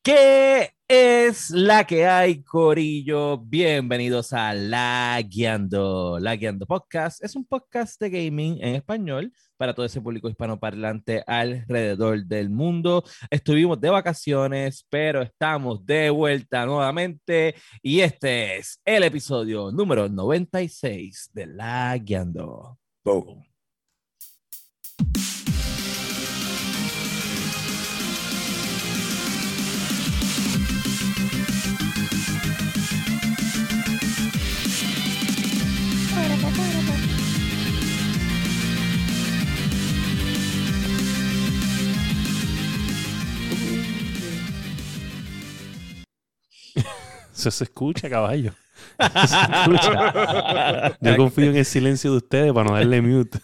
¿Qué es la que hay, Corillo? Bienvenidos a Lagueando. Lagueando Podcast es un podcast de gaming en español para todo ese público hispanoparlante alrededor del mundo. Estuvimos de vacaciones, pero estamos de vuelta nuevamente y este es el episodio número 96 de Lagueando. Boom. Eso se escucha, caballo. Eso se escucha. Yo confío en el silencio de ustedes para no darle mute.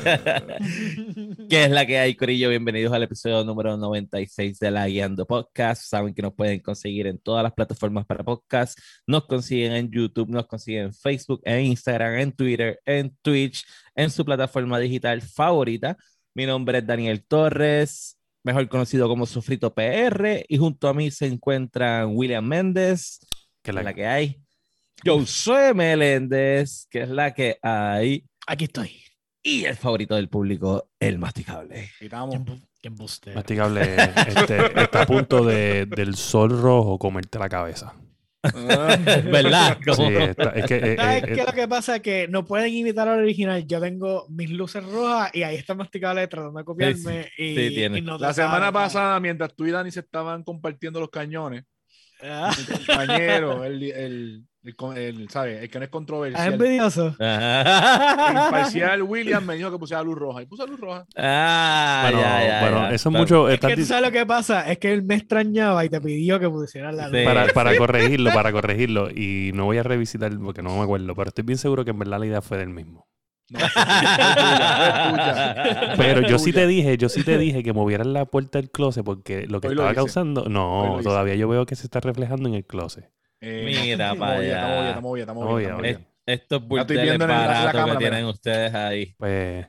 ¿Qué es la que hay, Corillo? Bienvenidos al episodio número 96 de La Guiando Podcast. Saben que nos pueden conseguir en todas las plataformas para podcast. Nos consiguen en YouTube, nos consiguen en Facebook, en Instagram, en Twitter, en Twitch, en su plataforma digital favorita. Mi nombre es Daniel Torres, mejor conocido como Sofrito PR, y junto a mí se encuentran William Méndez, Que la que hay. Josué Meléndez, que es la que hay. Aquí estoy. Y el favorito del público, el masticable. ¿Quién embustero? Masticable está a punto del sol rojo comerte la cabeza. ¿Verdad? Sí, es que ¿Sabes qué? Lo que pasa es que no pueden imitar al original. Yo tengo mis luces rojas y ahí está masticable tratando de copiarme. tiene. Y no La te semana sabe. pasada, mientras tú y Dani se estaban compartiendo los cañones, Ah, mi compañero, ¿sabes? El que no es ¿Es controversial, envidioso? imparcial, William me dijo que pusiera luz roja. Y puse luz roja. bueno, eso es mucho. Es que tú sabes lo que pasa. Es que él me extrañaba y te pidió que pusieras la luz. Sí. Para corregirlo. Y no voy a revisitar porque no me acuerdo. Pero estoy bien seguro que en verdad la idea fue del mismo. No, es tuya. Pero yo sí tuya. te dije que movieras la puerta del closet porque lo que Hoy lo estaba hice. causando. Hoy No, lo hice. todavía yo veo que se está reflejando en el closet. Mira estamos para bien, allá. Estamos bien. Oye. Estos estoy burdeles viendo en la baratos que cámara, tienen mira. ustedes ahí. Pues,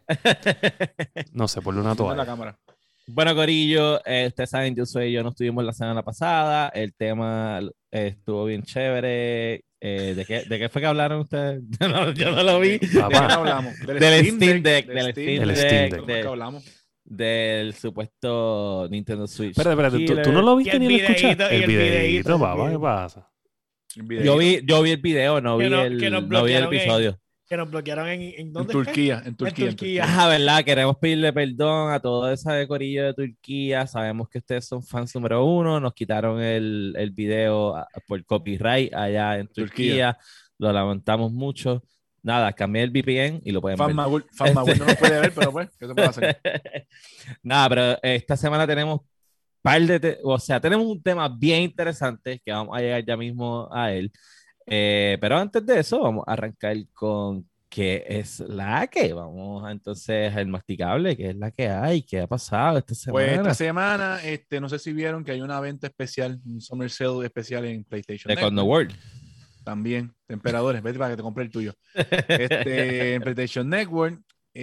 no sé, ponle una En la toalla. cámara. Bueno, Corillo, ustedes saben, Josué y yo no estuvimos la semana pasada. El tema estuvo bien chévere. ¿De qué fue que hablaron ustedes? No, yo no lo vi. ¿De qué Papá. hablamos? Del Steam Deck, Del Steam Steam Deck. ¿Cómo es que hablamos? Del supuesto Nintendo Switch. Espérate, Killer. ¿tú no lo Y viste el ni lo escuchaste? videíto, y el videíto, videíto, papá, el ¿qué videíto. pasa? Yo vi el video, no vi Que el nos no vi el bloquearon episodio. Que nos bloquearon en En ¿dónde Turquía. En fue? Turquía. Ah, ¿verdad? Queremos pedirle perdón a todo ese corillo de Turquía. Sabemos que ustedes son fans número uno. Nos quitaron el video por copyright allá en Turquía. Lo lamentamos mucho. Nada, cambié el VPN y lo pueden ver. Fanmagul no nos puede ver, pero pues, ¿qué se puede hacer? Nada, pero esta semana tenemos tenemos un tema bien interesante que vamos a llegar ya mismo a él. Pero antes de eso, vamos a arrancar con qué es la que. Entonces el masticable, qué es la que hay, qué ha pasado esta semana. Pues esta semana, no sé si vieron que hay una venta especial, un Summer Sale especial en PlayStation de Network. Condor World. También, temperadores, vete para que te compre el tuyo. En PlayStation Network,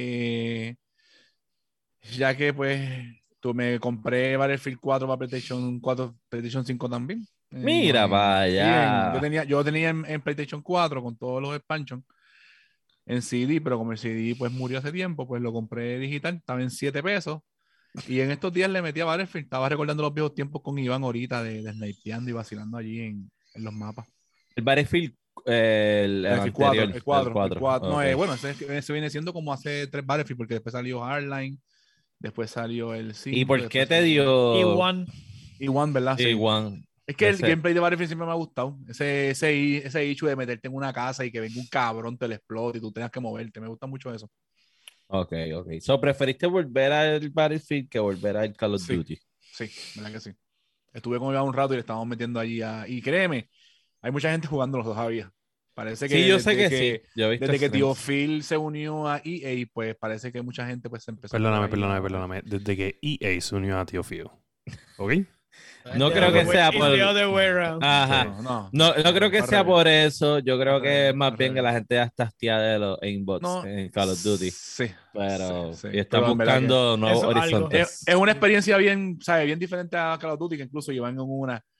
ya que pues me compré Battlefield 4 para PlayStation 4, PlayStation 5 también. Mira, vaya. Yo tenía en PlayStation 4 con todos los expansions en CD, pero como el CD pues murió hace tiempo, pues lo compré digital, estaba en $7. Y en estos días le metí a Battlefield, estaba recordando los viejos tiempos con Iván ahorita de snipeando y vacilando allí en los mapas. El Battlefield, el Battlefield anterior, 4, el 4. No, Ok. bueno, ese viene siendo como hace 3 Battlefield, porque después salió Hardline, después salió el 5. ¿Y por qué después te salió dio One. E1, ¿verdad? Sí. E1? Es que el Ese. gameplay de Battlefield siempre me ha gustado. Ese issue de meterte en una casa y que venga un cabrón, te lo explote y tú tengas que moverte. Me gusta mucho eso. Ok. So, ¿preferiste volver al Battlefield que volver al Call of Sí. Duty? Sí, verdad que sí. Estuve con Iván un rato y le estábamos metiendo allí y créeme, hay mucha gente jugando los dos todavía. Parece que Sí, yo sé desde que sí. Yo he visto desde que Tío streams. Phil se unió a EA, pues parece que mucha gente pues se empezó Perdóname. Desde que EA se unió a Tío Fío. ¿Ok? No creo que sea por... The other way around. Ajá. No, No creo que al sea revés. por eso. Yo creo Al que revés, es más al bien que revés. la gente ya está hastiada de los aimbots No, en Call of Duty. Sí. Pero sí. y están Pero en verdad buscando nuevos Eso es algo. horizontes. es una experiencia bien, ¿sabes? Bien diferente a Call of Duty, que incluso llevan en una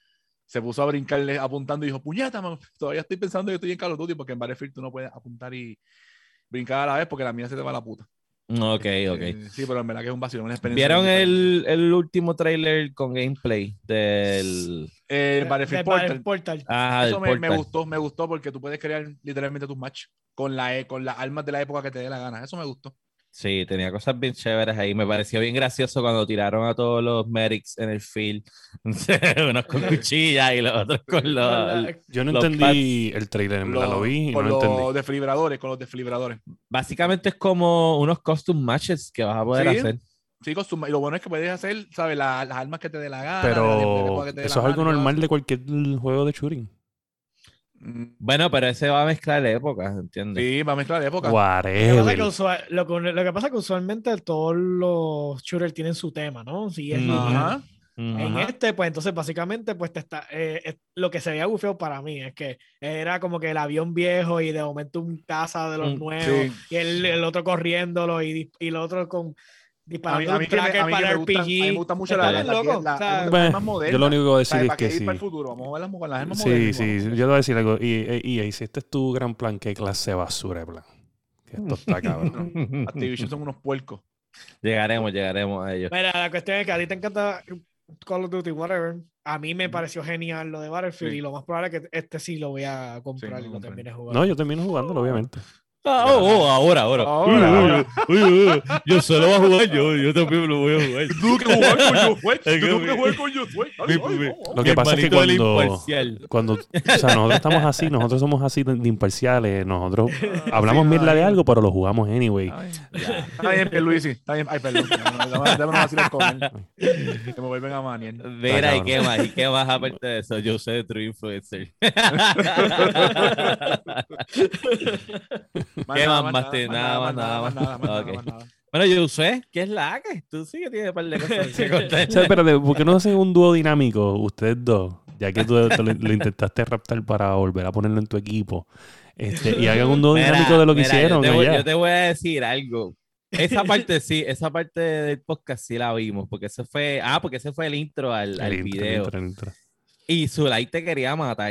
se puso a brincarle apuntando y dijo, puñeta, man, todavía estoy pensando que estoy en Call of Duty porque en Battlefield tú no puedes apuntar y brincar a la vez porque la mía se te va a la puta. Ok. Sí, pero en verdad que es un vacío, una experiencia. ¿Vieron diferente. el último trailer con gameplay del Battlefield de Portal. Portal. Ajá, Eso del me Portal? gustó porque tú puedes crear literalmente tus match con las armas de la época que te dé la gana. Eso me gustó. Sí, tenía cosas bien chéveres ahí. Me pareció bien gracioso cuando tiraron a todos los medics en el field. Unos con cuchillas y los otros con Yo no los entendí el trailer, en verdad lo vi y no Con lo entendí. los desfibradores. Básicamente es como unos custom matches que vas a poder Sí. hacer. Sí, y lo bueno es que puedes hacer, ¿sabes? Las armas que te dé la gana. Pero que te dé eso la es algo gana y todo normal eso. de cualquier juego de shooting. Bueno, pero ese va a mezclar épocas, ¿entiendes? Sí, va a mezclar de época. Whatever. Lo que pasa es que usualmente todos los shooters tienen su tema, ¿no? Si es lineal. Ajá. En Ajá. pues entonces básicamente pues lo que se veía bufeo para mí es que era como que el avión viejo y de momento un caza de los nuevos Sí. y el otro corriéndolo y el otro con disparando un que tracker para a mí me RPG. gusta mucho Está las bien loco. O sea, armas modernas. Yo lo único que voy a decir ¿Sabes? es ¿Para que qué ir sí. para el futuro? Vamos a verlas con las armas Sí, modernas. sí, yo te voy a decir algo. Y si este es tu gran plan, ¿qué clase de basura de plan? Que esto está cabrón. Activision son unos puercos. Llegaremos a ellos. Mira, la cuestión es que a ti te encanta Call of Duty, whatever. A mí me pareció genial lo de Battlefield y lo más probable es que este sí lo voy a comprar y lo termine jugando. No, yo termino jugándolo, obviamente. Ahora. Yo solo voy a jugar, yo también lo voy a jugar. Tú que jugar con Josué. Tú que jugar con Josué. Lo que pasa es que cuando o sea, nosotros somos así de imparciales, nosotros hablamos mierda de algo, pero lo jugamos anyway. Está bien, Luisi. Está bien. Ay, perdón. Déjame vacilar con él. Que me vuelven a maniar. Mira, ¿y qué más aparte de eso? Yo soy True Influencer. ¿Qué más? Nada más. Bueno, yo sé que es la que tú sí que tienes un par de cosas que contar. O sea, espérate, ¿por qué no hacen un dúo dinámico ustedes dos? Ya que tú lo intentaste raptar para volver a ponerlo en tu equipo. Y hagan un dúo dinámico de lo que hicieron. Yo te voy a decir algo. Esa parte del podcast sí la vimos, porque ese fue el intro al video. El intro. Y Zulay te quería matar.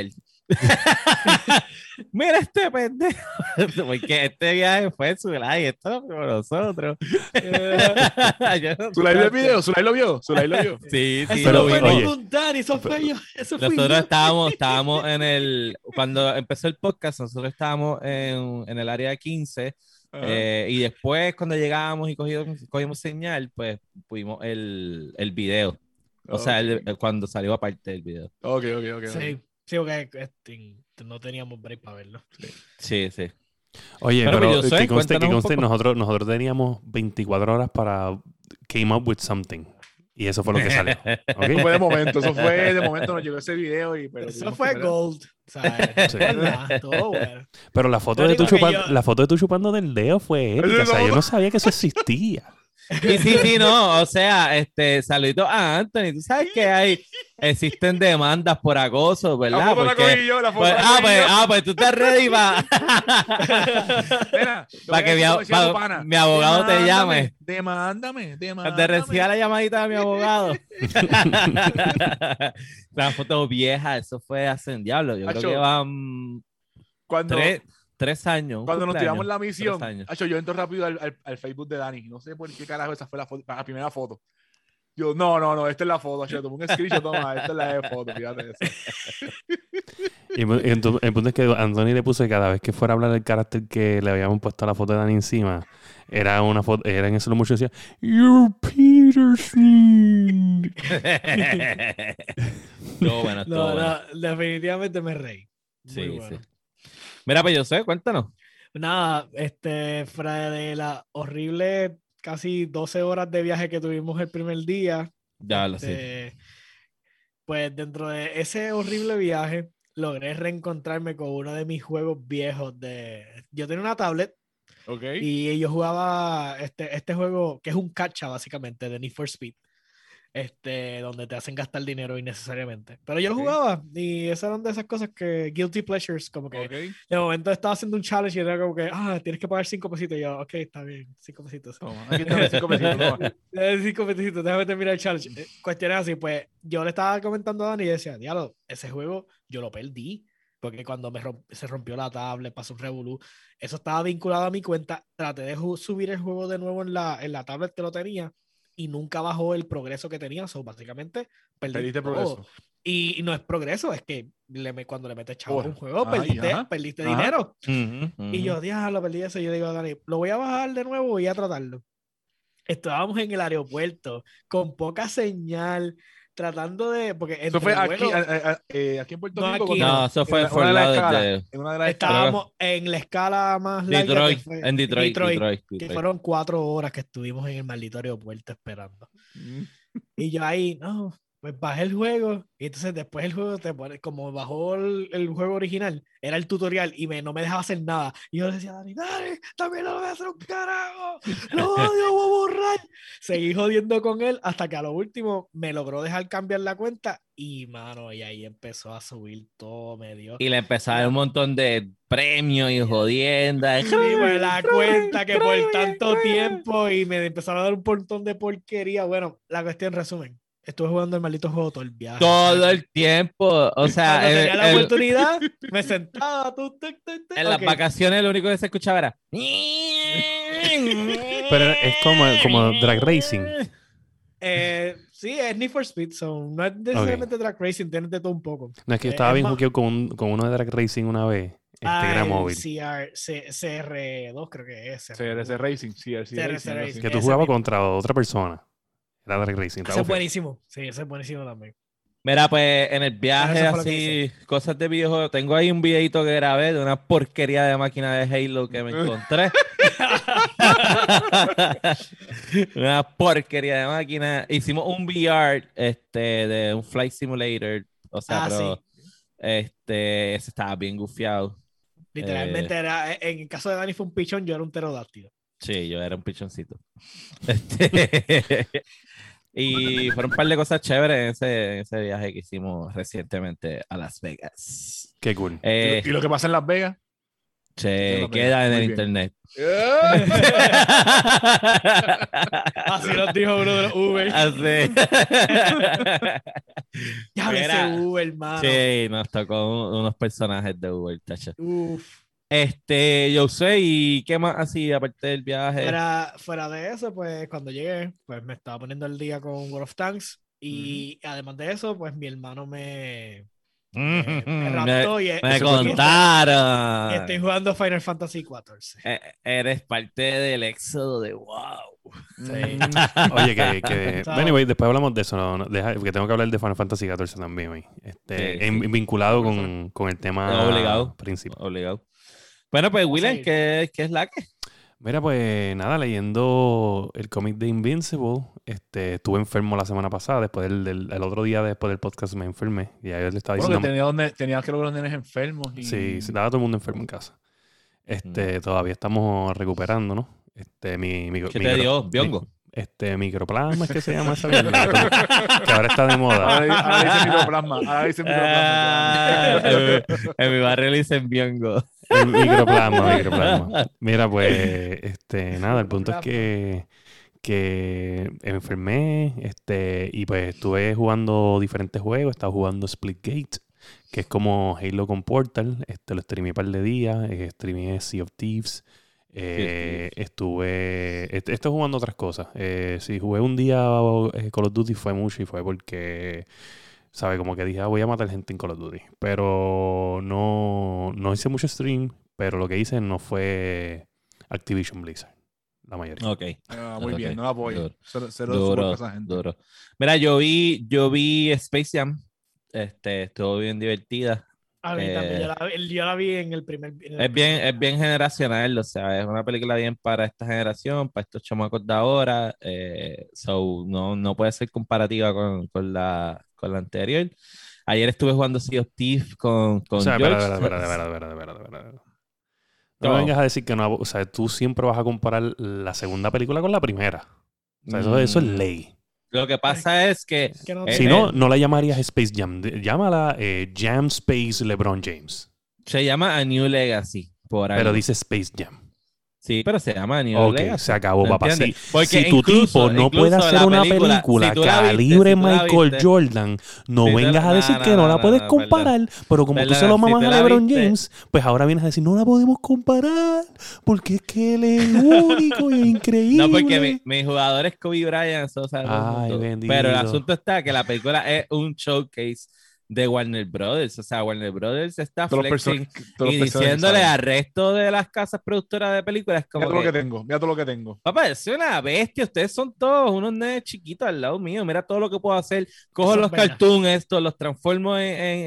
Mira este pendejo. Porque este viaje fue Zulay, esto lo fuimos nosotros. ¿Zulay vio el video? ¿Zulay lo vio? Sí, eso lo no fue vimos. ningún Dani, eso fue yo. Eso fui Nosotros yo. estábamos cuando empezó el podcast, nosotros estábamos en el área 15. Y después cuando llegábamos y cogimos señal, pues pudimos el video. O sea, cuando salió aparte del video. Ok. Sí, porque no teníamos break para verlo. Sí. Oye, pero yo sé, que conste, cuéntanos un nosotros teníamos 24 horas para came up with something. Y eso fue lo que salió. ¿Okay? Eso fue de momento, nos llegó ese video pero eso fue gold. ¿Sabes? Sí. Todo bueno. Pero la foto de tú chupando del dedo fue épica. O sea, yo no sabía que eso existía. Y sí, no, o sea, saludito a Anthony, tú sabes que existen demandas por acoso, ¿verdad? La foto la cogí yo, pues tú estás ready para que mi abogado te llame. Demándame. Te reciba la llamadita de mi abogado. La foto vieja, eso fue hace un diablo. Yo creo que van 3 años. Cuando nos tiramos la misión, 3 años. yo entro rápido al Facebook de Dani. No sé por qué carajo esa fue la primera foto. Yo, no, esta es la foto. Yo tomé un screenshot, esta es la foto, fíjate de eso. Y el punto es que Anthony le puso que cada vez que fuera a hablar del carácter que le habíamos puesto la foto de Dani encima, era una foto, era en eso lo mucho decía, "You're Peterson." No, definitivamente me reí. Sí, Muy bueno. sí. Mira, pues yo sé, cuéntanos. Nada, fuera de la horrible casi 12 horas de viaje que tuvimos el primer día. Ya lo sé. Pues dentro de ese horrible viaje, logré reencontrarme con uno de mis juegos viejos. Yo tenía una tablet y yo jugaba este juego que es un cacha básicamente de Need for Speed. donde te hacen gastar dinero innecesariamente. Pero yo lo Ok. jugaba y esas eran de esas cosas que guilty pleasures, como que Ok. de momento estaba haciendo un challenge y era como que, tienes que pagar 5 pesitos. Y yo, ok, está bien, 5 pesitos. Toma, aquí están los 5 pesitos. Toma. 5 pesitos, déjame terminar el challenge. Cuestiones así, pues yo le estaba comentando a Dani y decía, diablo, ese juego yo lo perdí. Porque cuando se rompió la tablet, pasó un revolú, eso estaba vinculado a mi cuenta. Traté de subir el juego de nuevo en la tablet que lo tenía y nunca bajó el progreso que tenía. So, básicamente perdí Perdiste todo. progreso. Y no es progreso, es que cuando le metes chavo a un juego, Ay, perdiste ajá. dinero. Ujú, Y yo, diablo, perdí eso. Y yo digo a Dani, lo voy a bajar de nuevo, voy a tratarlo. Estábamos en el aeropuerto con poca señal, tratando de. Porque Eso entre fue el vuelo, aquí en Puerto No, Rico. aquí No, eso fue en por una el de las lado escalas. de En una de las escalas. estábamos en la escala más larga Detroit, que fue en Detroit. que fueron 4 horas que estuvimos en el maldito aeropuerto esperando. Mm. Y yo ahí, no, pues bajé el juego y entonces después el juego te pone, como bajó el juego original, era el tutorial y no me dejaba hacer nada. Y yo le decía a Dani, también lo voy a hacer un carajo, lo odio, voy a borrar. Seguí jodiendo con él hasta que a lo último me logró dejar cambiar la cuenta y mano, y ahí empezó a subir todo, me dio. Y le empezaba un montón de premios y jodiendas. Y me la cuenta que por tanto tiempo y me empezaron a dar un montón de porquería. Bueno, la cuestión en resumen, estuve jugando el maldito juego todo el viaje. Todo el tiempo. O sea, Cuando tenía la oportunidad, me sentaba. En las vacaciones lo único que se escuchaba era. Pero es como drag racing. Sí, es Need for Speed, so no es necesariamente drag racing, tienes de todo un poco. No, es que yo estaba es bien más- juqueado con uno de drag racing una vez. Que era el móvil. CR2 creo que es. CRC Racing. CRC CRC Racing. algo así. Racing. Que tú ese jugabas mismo. contra otra persona. Era drag racing. Ese es buenísimo. Sí, ese es buenísimo también. Mira, pues en el viaje Eso fue lo que así, cosas de videojuegos, tengo ahí un videito que grabé de una porquería de máquina de Halo que me encontré. Una porquería de máquina. Hicimos un VR de un Flight Simulator. O sea, pero ese estaba bien gufiado. Literalmente era, en el caso de Dani fue un pichón, yo era un pterodáctilo. Sí, yo era un pichoncito. Y fueron un par de cosas chéveres en ese viaje que hicimos recientemente a Las Vegas. Qué cool. ¿Y lo que pasa en Las Vegas? Se queda en Muy el bien. internet. Así nos dijo uno de los Uber. Así. Ya ves Mira, ese Uber, hermano. Sí, nos tocó unos personajes de Uber, tacho. Uf. Yo sé, ¿y qué más así aparte del viaje? Fuera de eso, pues cuando llegué, pues me estaba poniendo al día con World of Tanks y además de eso, pues mi hermano me raptó y Me contaron. estoy jugando Final Fantasy XIV. Eres parte del éxodo de wow. Sí. Oye, anyway, después hablamos de eso. Porque tengo que hablar de Final Fantasy XIV también hoy. Vinculado con el tema principal. Obligado. Bueno, pues, William, ¿qué es la que? Mira, pues nada, leyendo el cómic de Invincible. Estuve enfermo la semana pasada. Después el otro día después del podcast me enfermé. Y ahí le estaba diciendo. Tenías que los nenes enfermos. Y... Sí, estaba todo el mundo enfermo en casa. Todavía estamos recuperando, ¿no? ¿Qué te dio? ¿Biongo? Microplasma es que se llama esa mierda, que ahora está de moda. Ahora dice microplasma. En mi barrio le dicen biongo. Microplasma. Mira, pues, nada, el punto es que me enfermé, y pues estuve jugando diferentes juegos. Estaba jugando Splitgate, que es como Halo con Portal. Lo streamé un par de días. Streamé Sea of Thieves. Estuve jugando otras cosas. Si jugué un día Call of Duty fue mucho y fue porque, ¿sabes? Como que dije, voy a matar gente en Call of Duty. Pero no hice mucho stream, pero lo que hice no fue Activision Blizzard, la mayoría. Ok. Muy bien, no la apoyo. Duro. Mira, yo vi Space Jam. Estuvo bien divertida. A mí también, yo la vi en el primer. Es bien generacional, o sea, es una película bien para esta generación, para estos chamacos de ahora. No puede ser comparativa con la anterior. Ayer estuve jugando Sea of Thieves con o sea, George. espera. No me vengas a decir que no. O sea, tú siempre vas a comparar la segunda película con la primera. O sea, eso es ley. Lo que pasa es que Que no Si no, no la llamarías Space Jam. Llámala Jam Space LeBron James. se llama A New Legacy, por ahí. Pero dice Space Jam. Sí, pero se llama A New Ok, Legacy. se acabó, ¿Me papá. entiendes? Si, Porque si tu incluso- tipo no puede incluso hacer la una película, película si tú la viste, calibre si tú la Michael viste, Jordan, no si tú vengas la- a decir no, que no, no la no, puedes no, comparar. Pero como tú se lo Perdón, si mamas tú a la LeBron viste- James, pues ahora vienes a decir, no la podemos comparar porque es que él es único y increíble. No, porque mi jugador es Kobe Bryant, eso sabe todo el Ay, mundo. bendito. Pero el asunto está que la película es un showcase de Warner Brothers. O sea, Warner Brothers está Todos los flexing todos y los personajes diciéndole saben. al resto de las casas productoras de películas Mira como todo lo que, que tengo, mira todo lo que tengo. papá, es una bestia. Ustedes son todos unos nenes chiquitos al lado mío. Mira todo lo que puedo hacer. Cojo Eso es los verdad. cartoons estos, los transformo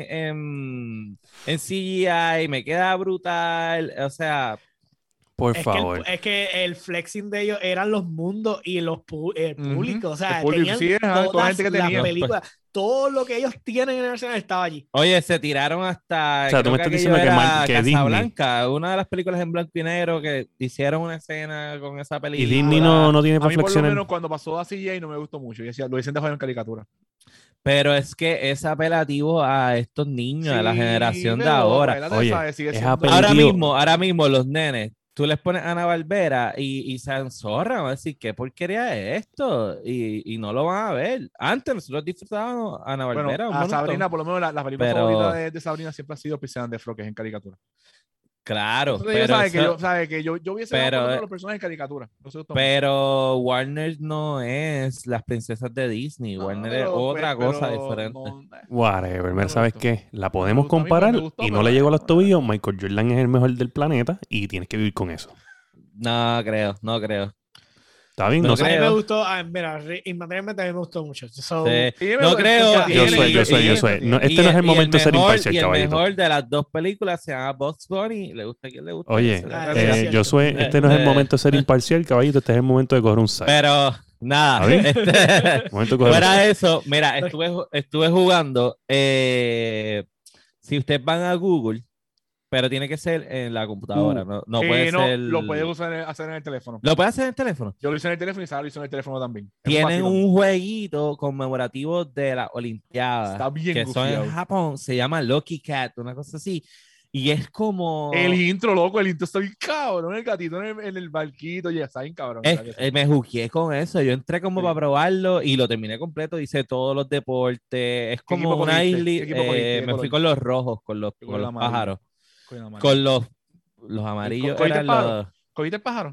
en CGI. Me queda brutal. O sea, Por Es favor. que, es que el flexing de ellos eran los mundos y los el Ujú. público. O sea, El público, tenían sí, ajá, toda la todas gente que las tenía. películas. Todo lo que ellos tienen en el arsenal estaba allí. oye, se tiraron hasta. O sea, tú creo me estás aquello diciendo que era que Disney- Casablanca, una de las películas en blanco y negro que hicieron una escena con esa Y película. Disney no tiene A para mí por lo flexionar. menos cuando pasó a CGI no me gustó mucho. Y decía, lo dicen de joven en caricatura. Pero es que es apelativo a estos niños, a la Sí, generación de pero, ahora. espérate, Oye, ¿sabes? Sigue es siendo- apelativo. Ahora mismo los nenes, tú les pones Ana Barbera y se enzorran, van a decir, ¿qué porquería es esto? Y no lo van a ver. Antes nosotros disfrutábamos Ana Bueno, Barbera un a montón. Sabrina, por lo menos la película Pero- favorita de Sabrina siempre ha sido Piscinas de Froques en caricatura. Claro, Entonces, yo pero, sabe que yo hubiese pero- dado por lo menos los personajes en caricatura. No sé, pero Warner no es las princesas de Disney. Warner es otra cosa diferente. Whatever, me ¿sabes gustó. qué? La Me podemos gustó, a mí comparar me gustó, y no pero le llegó a los bueno. tobillos. Michael Jordan es el mejor del planeta y tienes que vivir con eso. No creo. ¿Está bien? No No A sé. mí me creo. gustó, mira, inmaterialmente a mí me gustó mucho. So, Sí. Sí, No creo. Yo soy. No, este no es el momento de ser imparcial, Y el caballito. mejor de las dos películas se llama Bugs Bunny. ¿Le gusta a quien le gusta? Oye, Se le- Ah, sí, es cierto. yo soy. Este no es el momento de ser imparcial, caballito. Este es el momento de coger un side. Pero nada. ¿Está bien? este, Momento de coger un fuera side. de eso, mira, estuve jugando. Si ustedes van a Google, pero tiene que ser en la computadora, no puede ser. Lo puedes hacer en el teléfono. Lo puedes hacer en el teléfono. Yo lo hice en el teléfono y Sara lo hizo en el teléfono también. Es un Tienen vacilón. un jueguito conmemorativo de las Olimpiadas. Está bien que son en gufiado. Japón. Se llama Lucky Cat, una cosa así. Y es como. El intro, loco, el intro está bien cabrón. El gatito en el barquito, ya está bien cabrón. Me jugué con eso. Yo entré como Sí. para probarlo y lo terminé completo. Dice todos los deportes. Es ¿Qué como equipo una cogiste? ¿Qué isla. equipo cogiste? ¿Qué Me color? fui con los rojos, con los, Yo con con los el amarillo. pájaros. Coño, madre. Con los amarillos. ¿Cogiste Eran el pájaro? los. ¿Cogiste el pájaro?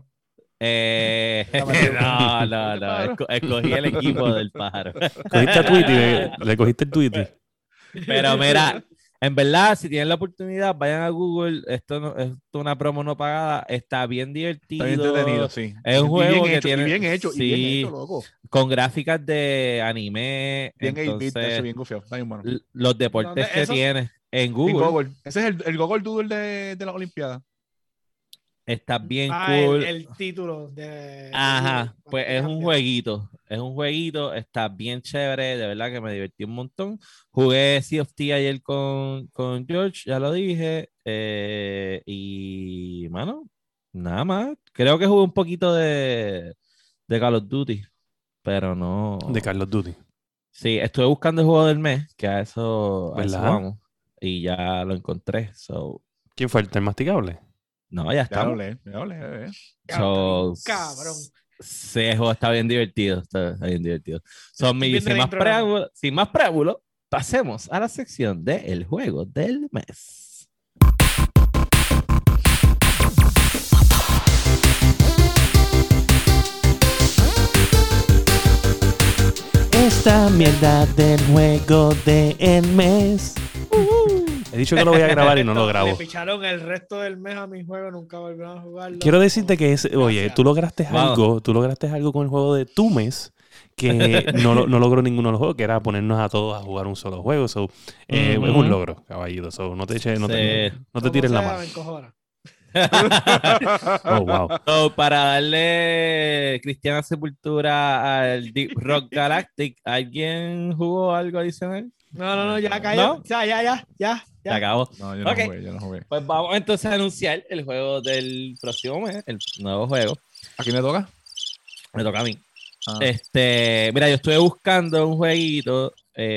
No. Escogí el equipo del pájaro. Cogiste a Tweety, le cogiste el Tweety. Pero mira, en verdad, si tienen la oportunidad, vayan a Google. Esto es una promo no pagada. Está bien divertido. Está bien entretenido, sí. Es un Y juego bien que hecho, tiene. y bien hecho, sí, y bien hecho, loco. con gráficas de anime. Bien 8-bit, entonces, eso bien gufiado. Está bien bueno. los deportes ¿Dónde que esos? tiene en En Google Google. Ese es el Google Doodle de las Olimpiadas. está bien Ah, cool. el título de. Ajá, de- pues es un cambia. jueguito. Es un jueguito, está bien chévere, de verdad que me divertí un montón. Jugué Sea of Thieves ayer con George, ya lo dije. Y, mano, nada más. Creo que jugué un poquito de Call of Duty, pero no. De Carlos Duty. Sí, estuve buscando el juego del mes, que a eso ¿Verdad? vamos. Y ya lo encontré. So, ¿Quién fue el masticable? no, ya Ya está. lo leí, ya lo leí. So, Cabrón. Sí, el juego está bien divertido. Está bien divertido. Estoy viendo el intro ahora. Sin más preámbulo, pasemos a la sección de El Juego del Mes. Esta mierda del juego del mes. He dicho que lo voy a grabar y no lo grabo. Le picharon el resto del mes a mi juego, nunca volvieron a jugarlo. Quiero decirte que oye, Gracias. tú lograste algo con el juego de tu mes que no logró ninguno de los juegos, que era ponernos a todos a jugar un solo juego. So, Es un logro, caballito. So, no te eches, no te Como tires la sea, mano. me encojona. Oh, wow. So, para darle cristiana sepultura al Deep Rock Galactic, ¿alguien jugó algo adicional? No, ya cayó. ¿No? Ya. Se acabó. No, yo no Ok. jugué, yo no jugué. Pues vamos entonces a anunciar el juego del próximo mes, el nuevo juego. ¿A quién le toca? Me toca a mí. Ah. Mira, yo estuve buscando un jueguito.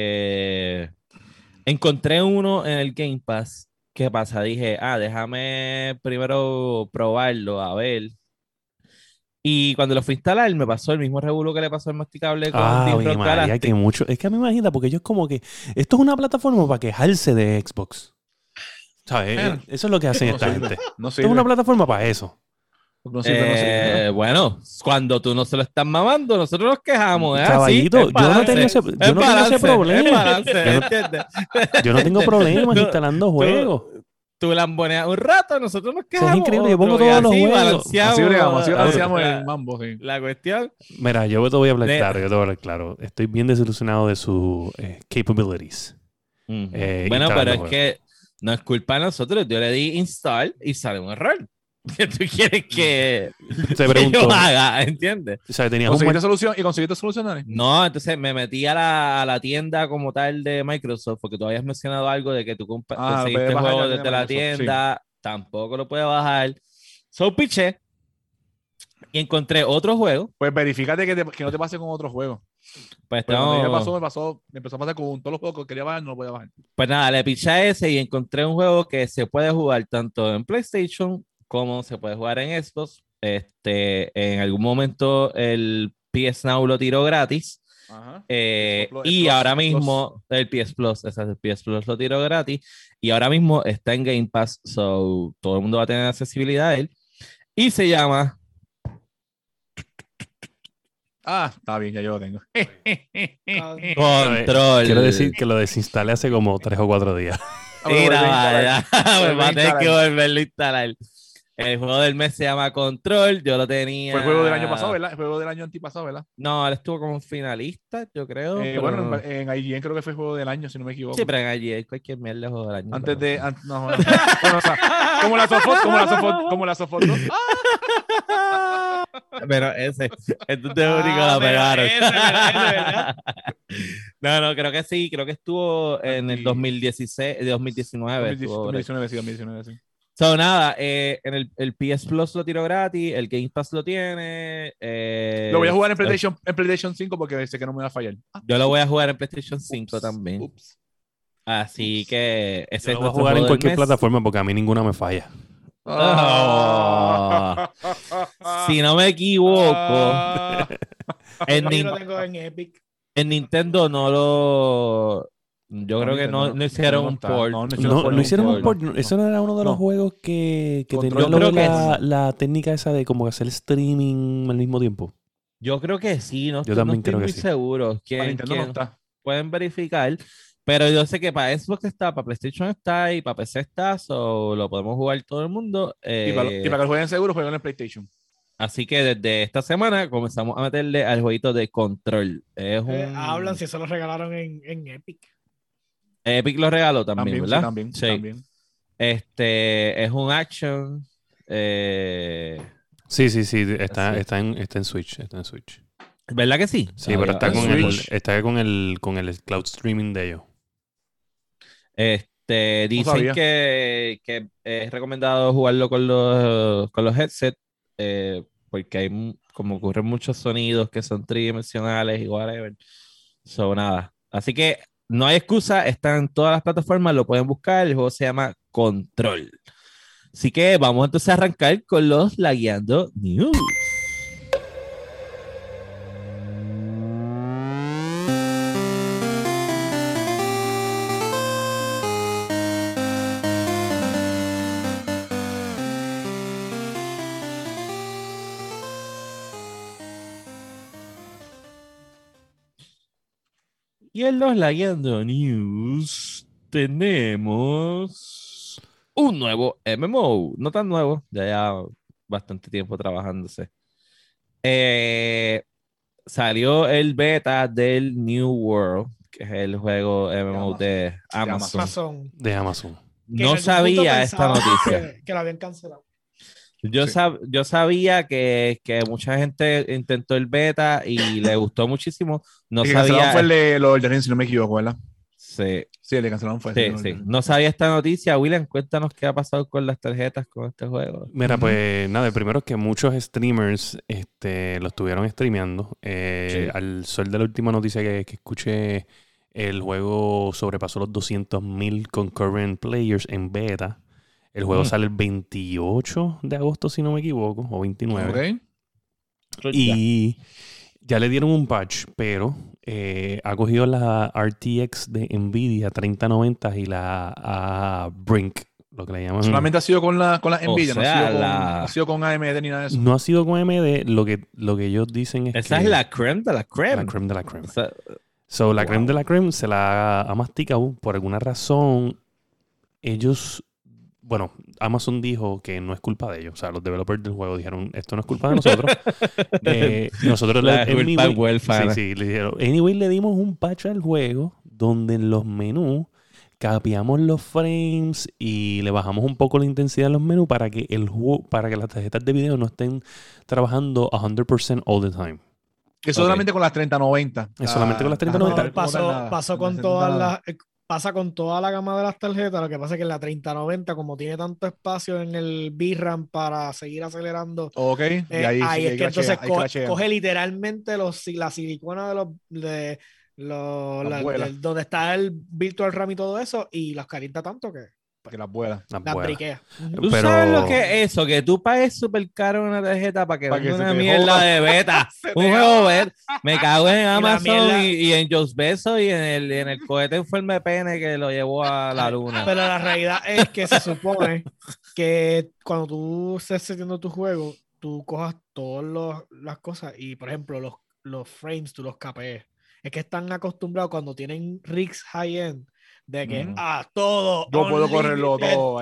Encontré uno en el Game Pass. ¿Qué pasa? Dije, déjame primero probarlo, a ver. Y cuando lo fui a instalar, me pasó el mismo revuelo que le pasó al masticable con Deep mi Rock María, Galactic. que mucho. Es que a mí me imagina, porque ellos como que. Esto es una plataforma para quejarse de Xbox. ¿Sabes? Bueno, Eso es lo que hacen no esta sirve, gente. no Esto es una sirve. plataforma para eso. No sirve, no sirve. Bueno, cuando tú no se lo estás mamando, nosotros nos quejamos. ¿Es Caballito, así? yo no tengo ese, yo no tengo ese problema. ¿Entiendes? Yo no tengo problemas Tú- instalando juegos. Tú lamboneas un rato, nosotros nos Eso quejamos. es increíble, yo otro, pongo y todos los así juegos. balanceamos, Así bregamos, así balanceamos la- el mambo, sí. La cuestión. Mira, yo te voy a hablar De- claro, yo te voy a hablar claro. Estoy bien desilusionado de sus capabilities. Bueno, instalando pero es juegos. que no es culpa de nosotros. Yo le di install y sale un error. ¿Qué tú quieres que, Te que pregunto, yo haga? ¿Entiendes? o sea, tenías un buen... ¿Conseguiste solución? ¿Y conseguiste solución, Dani? No, entonces me metí a la tienda como tal de Microsoft, porque tú habías mencionado algo de que tú Lo conseguiste puedes bajar juegos de desde la Microsoft, tienda, tampoco lo puedes bajar. So piché y encontré otro juego. Pues verifícate que no te pase con otro juego. Pues, Pero cuando a mí tengo- me empezó a pasar con todos los juegos que quería bajar, no lo podía bajar. pues nada, le piché a ese y encontré un juego que se puede jugar tanto en PlayStation como se puede jugar en Xbox. En algún momento el PS Now lo tiró gratis. Ajá. Y ahora mismo el PS Plus, el PS Plus lo tiró gratis y ahora mismo está en Game Pass, so todo el mundo va a tener accesibilidad a él y se llama Está bien, ya yo lo tengo. Control. Quiero decir que lo desinstalé hace como 3 o 4 días. Mira, vaya, me va a tener que instalar. volverlo a instalar. El juego del mes se llama Control, yo lo tenía. Fue el juego del año pasado, ¿verdad? El juego del año antipasado, ¿verdad? No, él estuvo como finalista, yo creo. pero... Bueno, en IGN creo que fue el juego del año, si no me equivoco. Sí, pero en allí cualquier mierda de juego del año. Antes pero- de. No, bueno, o sea, como la Sofot, como la Sofot 2. Pero ese único la pero pegaron. ese, ¿verdad? No, creo que sí, creo que estuvo en el 2016, 2019. estuvo por ahí. 2019, sí, 2019, sí. So, nada, en el PS Plus lo tiro gratis, el Game Pass lo tiene. Lo voy a jugar en PlayStation 5 porque sé que no me va a fallar. Yo lo voy a jugar en PlayStation 5 también. Ups. Así que ese Yo es lo voy a nuestro jugar en juego del cualquier mes. plataforma porque a mí ninguna me falla. Oh. Si no me equivoco, en, Yo Nin- lo tengo en Epic. en Nintendo no lo. Yo creo que no hicieron un port. No hicieron un port. No. Eso no era uno de los No. juegos que Control. tenía Yo lo creo de que la técnica esa de como hacer streaming al mismo tiempo. Yo creo que sí, no Yo estoy, también no estoy creo que muy sí. seguro. Para ¿Quién Nintendo no está. pueden verificar? Pero yo sé que para Xbox está, para PlayStation está y para PC está, so lo podemos jugar todo el mundo. Y para que lo jueguen seguro, jueguen en PlayStation. Así que desde esta semana comenzamos a meterle al jueguito de Control. Es un... Hablan si eso lo regalaron en Epic. Epic lo regaló también, Sí, ¿verdad? también, Sí. también. Es un action. Sí, está Sí. en Switch. Está en Switch. ¿Verdad que sí? Sí, Ah, pero ya, está en con Switch. con el cloud streaming de ellos. Dicen sabía. que es recomendado jugarlo con los headsets, porque hay como ocurren muchos sonidos que son tridimensionales y whatever. So, nada. Así que no hay excusa, está en todas las plataformas, lo pueden buscar. El juego se llama Control. Así que vamos entonces a arrancar con los Lagueando News. Y en los Lagueando News tenemos un nuevo MMO, no tan nuevo, ya bastante tiempo trabajándose. Salió el beta del New World, que es el juego MMO de Amazon. Amazon. De Amazon. Que en No algún sabía punto esta pensábamos noticia. que lo habían cancelado. Yo, Sí. yo sabía que mucha gente intentó el beta y le gustó muchísimo. No El que cancelaron sabía. fue el de Lord of the Rings, si no me equivoco, ¿verdad? Sí, Sí, le cancelaron fue. sí, sí. No sabía esta noticia. William, cuéntanos qué ha pasado con las tarjetas con este juego. Mira, Ujú. pues nada, el primero es que muchos streamers lo estuvieron streameando. Sí. Al sol de la última noticia que escuché, el juego sobrepasó los 200,000 concurrent players en beta. El juego sale el 28 de agosto, si no me equivoco, o 29. Ok. Y ya le dieron un patch, pero ha cogido la RTX de Nvidia 3090 y la Brink, lo que le llaman. Solamente ha sido con la Nvidia, no, sea, no ha sido con AMD ni nada de eso. No ha sido con AMD, lo que ellos dicen es Esa que... es la creme de la creme. La creme de la creme. O sea, So, la Wow. creme de la creme se la ha masticado por alguna razón. Ellos... Bueno, Amazon dijo que no es culpa de ellos. O sea, los developers del juego dijeron, esto no es culpa de nosotros. Nosotros La culpa huérfana. sí, le dijeron, anyway, le dimos un patch al juego donde en los menús capeamos los frames y le bajamos un poco la intensidad en los menús para que para que las tarjetas de video no estén trabajando 100% all the time. Que solamente con las 3090. Es solamente con las 3090. No, pasó con todas las... Pasa con toda la gama de las tarjetas. Lo que pasa es que en la 3090, como tiene tanto espacio en el VRAM para seguir acelerando, Ok, y ahí, ahí sí, es que entonces crashea. coge literalmente la silicona donde está el Virtual RAM y todo eso, y las calienta tanto que que las vuelas. Las las buenas. briquea. ¿Tú Pero- sabes lo que es eso? Que tú pagues súper caro una tarjeta para que Para venga que se una te mierda joda. de beta. Se Un te juego joda. beta. Me cago en Amazon mierda- y en Jos Bezos y en el cohete en forma de pene que lo llevó a la luna. Pero la realidad es que se supone que cuando tú estés haciendo tu juego, tú cojas todas las cosas y, por ejemplo, los frames tú los capees. Es que están acostumbrados cuando tienen rigs high-end de que, Ujú. todo. Yo puedo unlimited correrlo todo ahí.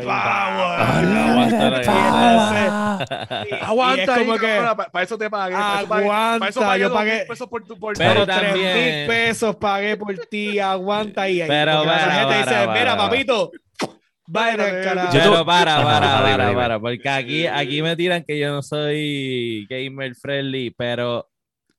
power. Aguanta Y es ahí, como que, para eso te pagué. Para eso aguanta, pagué yo 2,000 pagué- pesos por Pero por también- 3,000 pesos pagué por ti, aguanta ahí. Pero Porque la tarjeta dice, para. mira, papito, vaya al carajo. Yo Pero Ajá, dime. para, porque aquí me tiran que yo no soy gamer friendly, pero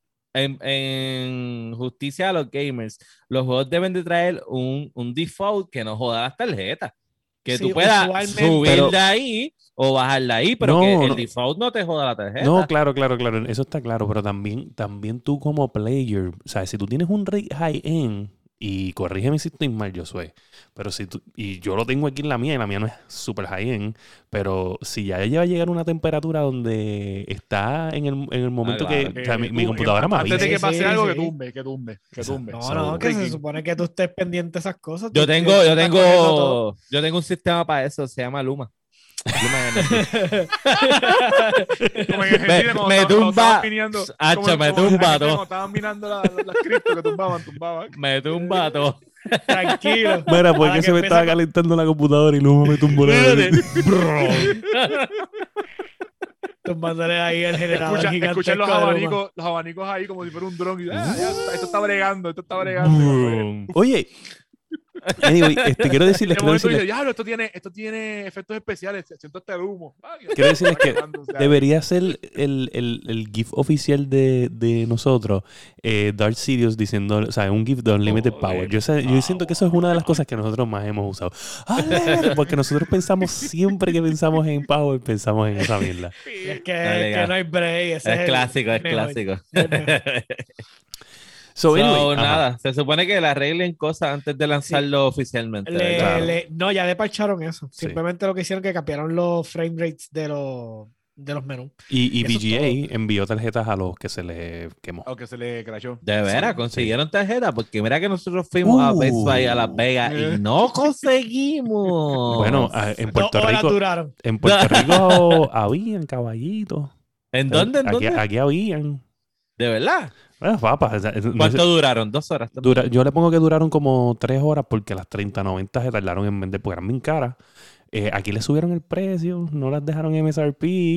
en justicia a los gamers, los juegos deben de traer un default que no joda las tarjetas. Que Sí, tú puedas usualmente- subir Pero- de ahí o bajar de ahí, pero No, que el no. default no te joda la tarjeta. No, claro, eso está claro, pero también tú como player, o sea, si tú tienes un rig high-end, y corrígeme si estoy mal, yo soy, pero y yo lo tengo aquí en la mía, y la mía no es super high-end, pero si ya ella va a llegar a una temperatura donde está en el momento claro. que, o sea, mi computadora me Antes de avisa. que pase Sí, algo, sí. que tumbe. No, que se supone que tú estés pendiente de esas cosas. Yo tú tengo estás corriendo todo. un sistema para eso, se llama Luma. Como en Argentina, cuando me estaban- cuando tumba. estaban mineando- Hacho, como- me como en tumba Argentina, todo. cuando estaban minando las cripto que tumbaban. Me tumba todo. Tranquilo. Mira, ¿por Ahora qué que se me empieza estaba calentando la computadora y luego me tumbó la tumbándole ahí el generador Escuchan gigantesco los de Luma. abanicos ahí como si fuera un dron. Y, esto está bregando. Oye, anyway, quiero De decirles, momento dice, diablo, esto tiene efectos especiales. Siento este humo. quiero decirles que O sea, debería ser el GIF oficial de nosotros, Darth Sidious diciendo, o sea, un GIF de Unlimited Power. Yo siento que eso es una de las cosas que nosotros más hemos usado. Unlimited, porque nosotros pensamos, siempre que pensamos en Power, pensamos en esa mierda. Es que no hay break. ese Es el clásico, es mejor. clásico. El mejor. So, So, anyway, ajá. nada, se supone que le arreglen cosas antes de lanzarlo oficialmente. ¿verdad? No, ya despacharon eso. Sí. Simplemente lo que hicieron que cambiaron los frame rates de los menús. Y Eso es VGA envió tarjetas a los que se les quemó. Aunque se le crashó. De veras, Sí, consiguieron tarjeta, porque mira que nosotros fuimos a Best Buy a Las Vegas y no conseguimos. Bueno, en Puerto 2 horas Rico, duraron. habían caballitos. ¿En dónde? ¿En dónde? Aquí habían. ¿De verdad? Papas. O sea, ¿Cuánto duraron? 2 horas. yo le pongo que duraron como 3 horas porque las 3090 se tardaron en vender porque eran bien caras. Aquí le subieron el precio, no las dejaron en MSRP.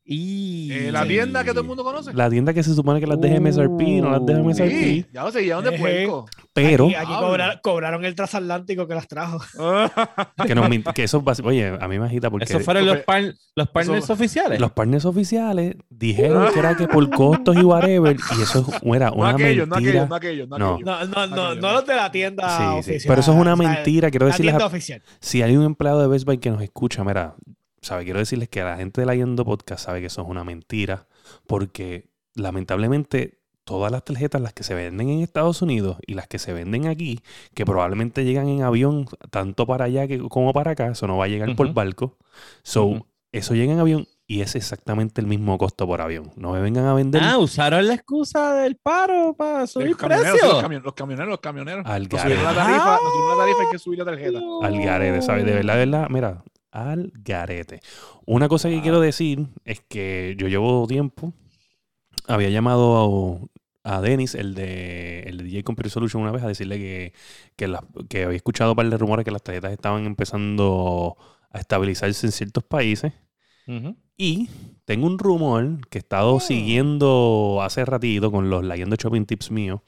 Y La tienda que todo el mundo conoce. La tienda que se supone que las de MSRP, no las de MSRP. Sí, ya lo seguían de puerco. Pero Aquí cobraron el transatlántico que las trajo. que eso, oye, a mí me agita porque esos fueron los partners oficiales. los partners oficiales dijeron que era que por costos y whatever, y eso era una mentira. No los de la tienda oficial. Pero eso es una mentira. Quiero decirles, tienda oficial. si hay un empleado de Best Buy que nos escucha, mira, quiero decirles que la gente de la Yendo Podcast sabe que eso es una mentira, porque lamentablemente todas las tarjetas, las que se venden en Estados Unidos y las que se venden aquí, que probablemente llegan en avión tanto para allá como para acá, eso no va a llegar por barco. Eso llega en avión y es exactamente el mismo costo por avión. No me vengan a vender. Usaron la excusa del paro para subir precios. Los camioneros. Al Nos subieron la tarifa, hay que subir la tarjeta. Al garete, ¿sabes? De verdad, mira, al garete. Una cosa que quiero decir es que yo llevo tiempo, había llamado a Dennis, el de DJ Computer Solution, una vez a decirle que había escuchado un par de rumores que las tarjetas estaban empezando a estabilizarse en ciertos países. Y tengo un rumor que he estado siguiendo hace ratito con los Leyendo Shopping Tips míos.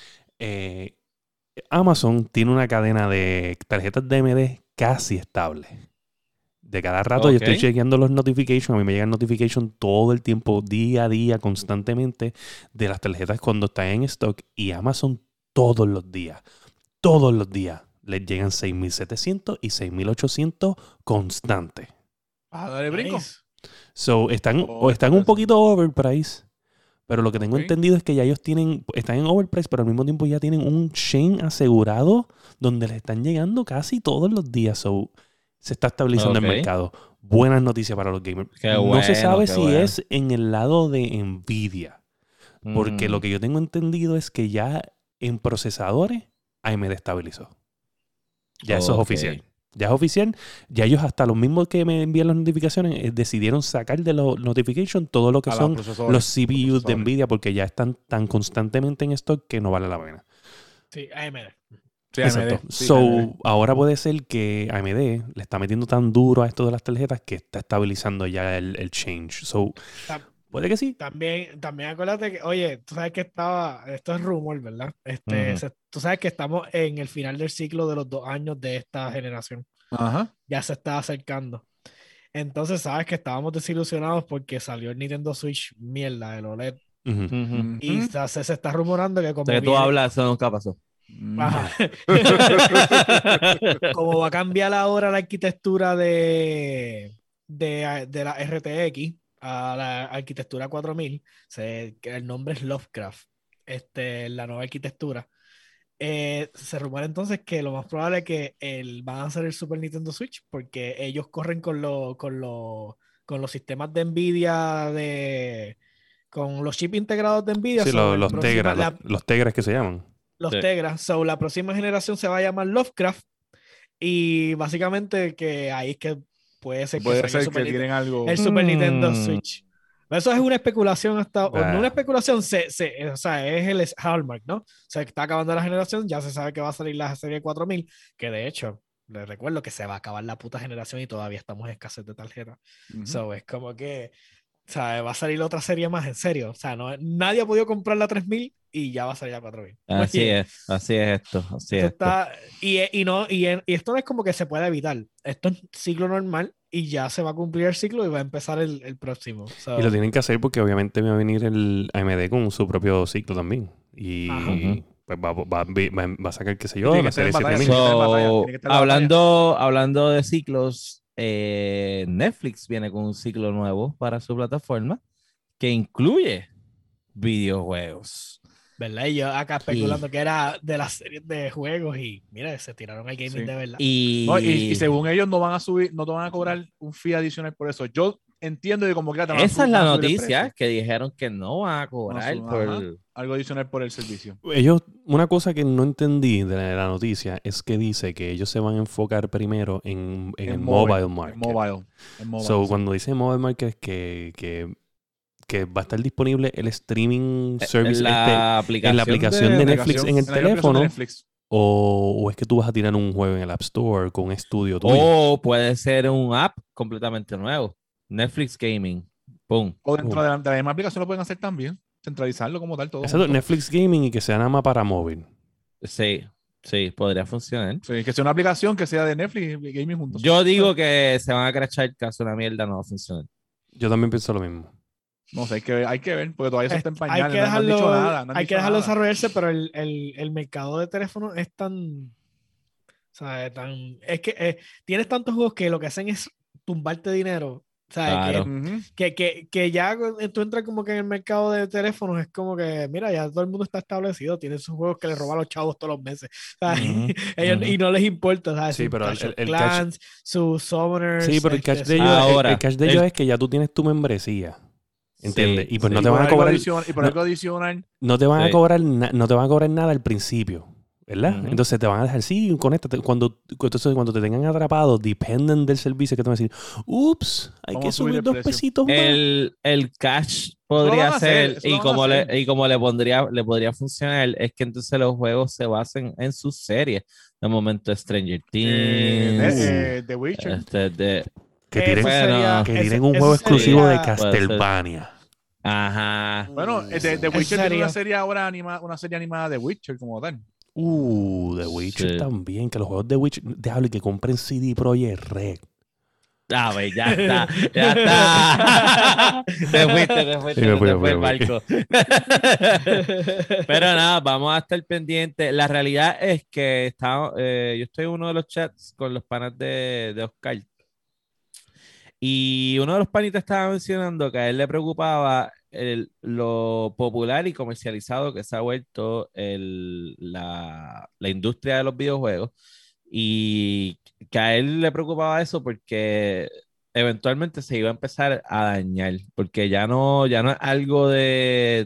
Amazon tiene una cadena de tarjetas DMD casi estable. De cada rato yo estoy chequeando los notifications. A mí me llegan notifications todo el tiempo, día a día, constantemente, de las tarjetas cuando están en stock. Y Amazon todos los días les llegan 6.700 y 6.800 constantes. Dale brinco. So, están un poquito overpriced. Pero lo que tengo entendido es que ya ellos están en overprice, pero al mismo tiempo ya tienen un chain asegurado donde les están llegando casi todos los días. So, se está estabilizando el mercado. Buenas noticias para los gamers. No se sabe si es en el lado de Nvidia. Porque lo que yo tengo entendido es que ya en procesadores AMD estabilizó. Ya eso es oficial. Ya es oficial. Ya ellos, hasta los mismos que me envían las notificaciones, decidieron sacar de los notifications todo lo que son los CPUs de Nvidia, porque ya están tan constantemente en stock que no vale la pena. Sí, AMD. Sí, exacto. AMD. Ahora puede ser que AMD le está metiendo tan duro a esto de las tarjetas que está estabilizando ya el change. Puede que sí. También acuérdate que, oye, tú sabes que esto es rumor, ¿verdad? Tú sabes que estamos en el final del ciclo de los 2 años de esta generación. Ya se está acercando. Entonces, sabes que estábamos desilusionados porque salió el Nintendo Switch mierda, el OLED. Y se está rumorando que como que tú hablas, eso nunca pasó. Como va a cambiar ahora la arquitectura de la RTX a la arquitectura 4000, el nombre es Lovecraft, la nueva arquitectura. Se rumora entonces que lo más probable es que van a hacer el Super Nintendo Switch, porque ellos corren con los sistemas de Nvidia, con los chips integrados de Nvidia. Sí, los Tegra, los Tegras que se llaman. Los Tegra. So, la próxima generación se va a llamar Lovecraft, y básicamente que ahí es que puede ser que tienen algo. El Super Nintendo Switch. Eso es una especulación no una especulación, o sea, es el Hallmark, ¿no? O sea, que está acabando la generación, ya se sabe que va a salir la serie 4000, que de hecho, les recuerdo que se va a acabar la puta generación y todavía estamos en escasez de tarjeta. So, es como que, o sea, va a salir otra serie más, en serio. O sea, nadie ha podido comprar la 3000 y ya va a salir la 4000. Así es esto. Y esto no es como que se pueda evitar. Esto es ciclo normal y ya se va a cumplir el ciclo y va a empezar el próximo. So, y lo tienen que hacer porque obviamente va a venir el AMD con su propio ciclo también. Y pues va a sacar, qué sé yo, la serie 7000. Hablando de ciclos, Netflix viene con un ciclo nuevo para su plataforma que incluye videojuegos. ¿Verdad? Y yo acá especulando que era de las series de juegos y mira, se tiraron al gaming de verdad. Y según ellos no van a subir, no te van a cobrar un fee adicional por eso. Yo entiendo que como que esa es la noticia, que dijeron que no van a cobrar algo adicional por el servicio. Una cosa que no entendí de la noticia es que dice que ellos se van a enfocar primero en el mobile market. En mobile, so, cuando dice mobile market es que va a estar disponible el streaming service en la aplicación de Netflix en el teléfono. O es que tú vas a tirar un juego en el App Store con un estudio tuyo. O puede ser un app completamente nuevo. Netflix Gaming. Pum. O dentro de la misma aplicación lo pueden hacer también. Centralizarlo como tal, todo. Exacto, Netflix Gaming y que sea nada más para móvil. Sí, podría funcionar. Sí, que sea una aplicación que sea de Netflix y Gaming juntos. Yo digo que se van a crachar caso una mierda no va a funcionar. Yo también pienso lo mismo. No sé, hay que ver, porque todavía eso está en pañales. Hay que no han dejarlo, dicho nada. hay que dejarlo desarrollarse, pero el mercado de teléfonos es tan... O sea, es que tienes tantos juegos que lo que hacen es tumbarte dinero. O sea, Claro. que ya tú entras como que en el mercado de teléfonos es como que, mira, ya todo el mundo está establecido, tiene sus juegos que le roban a los chavos todos los meses. Ellos, y no les importa, ¿sabes? Sí, pero el Clans, sus Summoners. Sí, pero el catch de ellos es que ya tú tienes tu membresía. ¿Entiendes? Sí, y pues sí. no te van a cobrar. Y por algo adicional. No te van a cobrar no te van a cobrar nada al principio. ¿Verdad? Uh-huh. Entonces te van a dejar, sí, conéctate. Entonces, cuando te tengan atrapado, dependen del servicio que te van a decir, ups, hay que subir 2 pesitos más. El cash podría ser, y como le podría funcionar, es que entonces los juegos se basen en sus series. De momento Stranger Things, The Witcher. Que tienen un juego exclusivo de Castlevania. Ajá. Bueno, The Witcher tiene una serie ahora una serie animada de Witcher como tal. The Witcher también, que los juegos de Witcher, déjalo y que compren CD Projekt Red. Ah, pues ya está. Te fuiste el barco. Pero nada, vamos a estar pendientes. La realidad es que yo estoy en uno de los chats con los panas de Oscar. Y uno de los panitas estaba mencionando que a él le preocupaba lo popular y comercializado que se ha vuelto la industria de los videojuegos, y que a él le preocupaba eso porque eventualmente se iba a empezar a dañar, porque ya no es algo de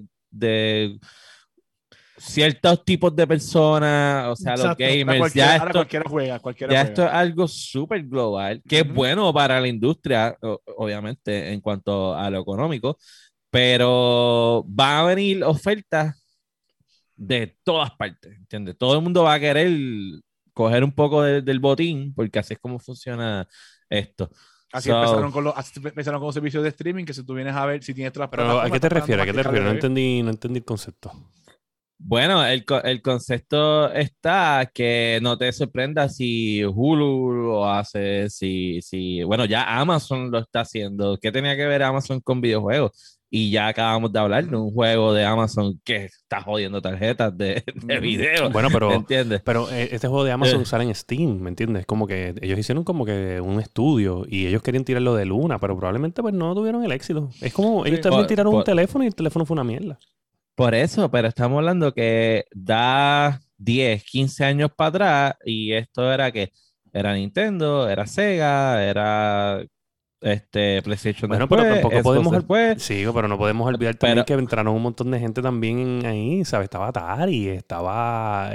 ciertos tipos de personas, o sea, Exacto. los gamers, ya cualquiera juega. Esto es algo súper global, que es bueno para la industria, obviamente, en cuanto a lo económico, pero van a venir ofertas de todas partes, ¿entiendes? Todo el mundo va a querer coger un poco del botín, porque así es como funciona esto. Así empezaron con los servicios de streaming, que si tú vienes a ver si tienes todas las Pero ¿a qué te refieres? No entendí el concepto. Bueno, el concepto está que no te sorprenda si Hulu lo hace, bueno, ya Amazon lo está haciendo. ¿Qué tenía que ver Amazon con videojuegos? Y ya acabamos de hablar de un juego de Amazon que está jodiendo tarjetas de video. Bueno, pero, ¿entiendes? Pero este juego de Amazon sale en Steam, ¿me entiendes? Como que ellos hicieron como que un estudio y ellos querían tirarlo de Luna, pero probablemente pues no tuvieron el éxito. Es como ellos también tiraron un teléfono y el teléfono fue una mierda. Por eso, pero estamos hablando que da 10, 15 años para atrás y esto era que era Nintendo, era Sega, era PlayStation. Bueno, después, pero tampoco podemos después. Sí, pero no podemos olvidar también que entraron un montón de gente también ahí, ¿sabes? Estaba Atari, estaba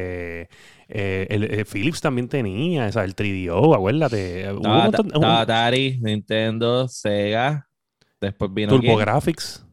Philips también tenía, o sea, el 3DO, acuérdate. Estaba Atari, Nintendo, Sega, después vino TurboGrafx.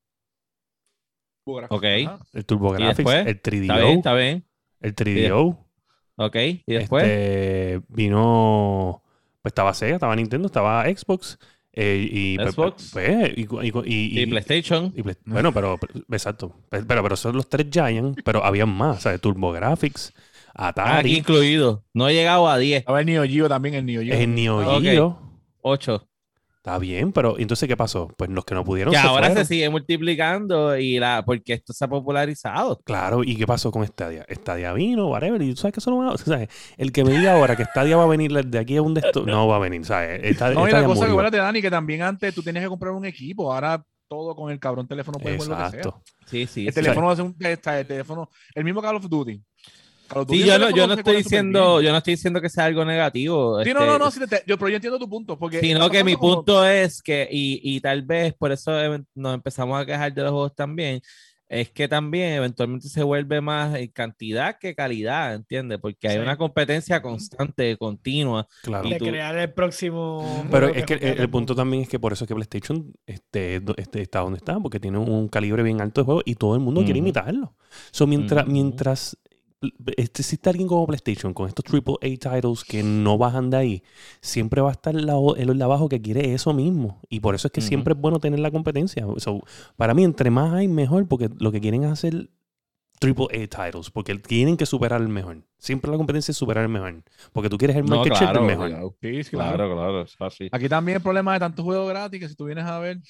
Ok. El TurboGrafx, el 3DO. Está bien. El 3DO. Ok, y después vino... Pues estaba Sega, estaba Nintendo, estaba Xbox. Xbox. Y PlayStation. Bueno, pero... Exacto. Pero son los 3 Giants, pero habían más, ¿sabes? TurboGrafx, Atari. Aquí incluido. No he llegado a 10. Estaba el Neo Geo también, el Neo Geo. El Neo Geo. 8. Está bien, pero entonces ¿qué pasó? Pues los que no pudieron que se ahora fueron. se sigue multiplicando porque esto se ha popularizado. Claro, ¿y qué pasó con Stadia? Stadia vino, whatever, y tú sabes que eso no va a... ¿sabes? El que me diga ahora que Stadia va a venir de aquí a un desktop, no va a venir, ¿sabes? No, y la cosa que acuérdate, Dani, que también antes tú tenías que comprar un equipo, ahora todo con el cabrón teléfono puede jugar lo que sea. Sí. El teléfono hace el teléfono, el mismo Call of Duty. Sí, yo no estoy diciendo que sea algo negativo. Sí, pero yo entiendo tu punto. Porque sino que mi punto es que, y tal vez por eso nos empezamos a quejar de los juegos también, es que también eventualmente se vuelve más en cantidad que calidad, ¿entiendes? Porque hay una competencia constante, continua. Claro. De crear el próximo... Pero es que el punto también es que por eso es que PlayStation está donde está, porque tiene un calibre bien alto de juego y todo el mundo quiere imitarlo. So, mientras existe alguien como PlayStation con estos AAA titles que no bajan de ahí, siempre va a estar el de abajo que quiere eso mismo. Y por eso es que siempre es bueno tener la competencia. So, para mí, entre más hay, mejor, porque lo que quieren es hacer AAA titles, porque tienen que superar el mejor. Siempre la competencia es superar el mejor. Porque tú quieres el market share del mejor. Claro, Sí, sí, claro. claro, es así. Aquí también el problema de tantos juegos gratis que si tú vienes a ver,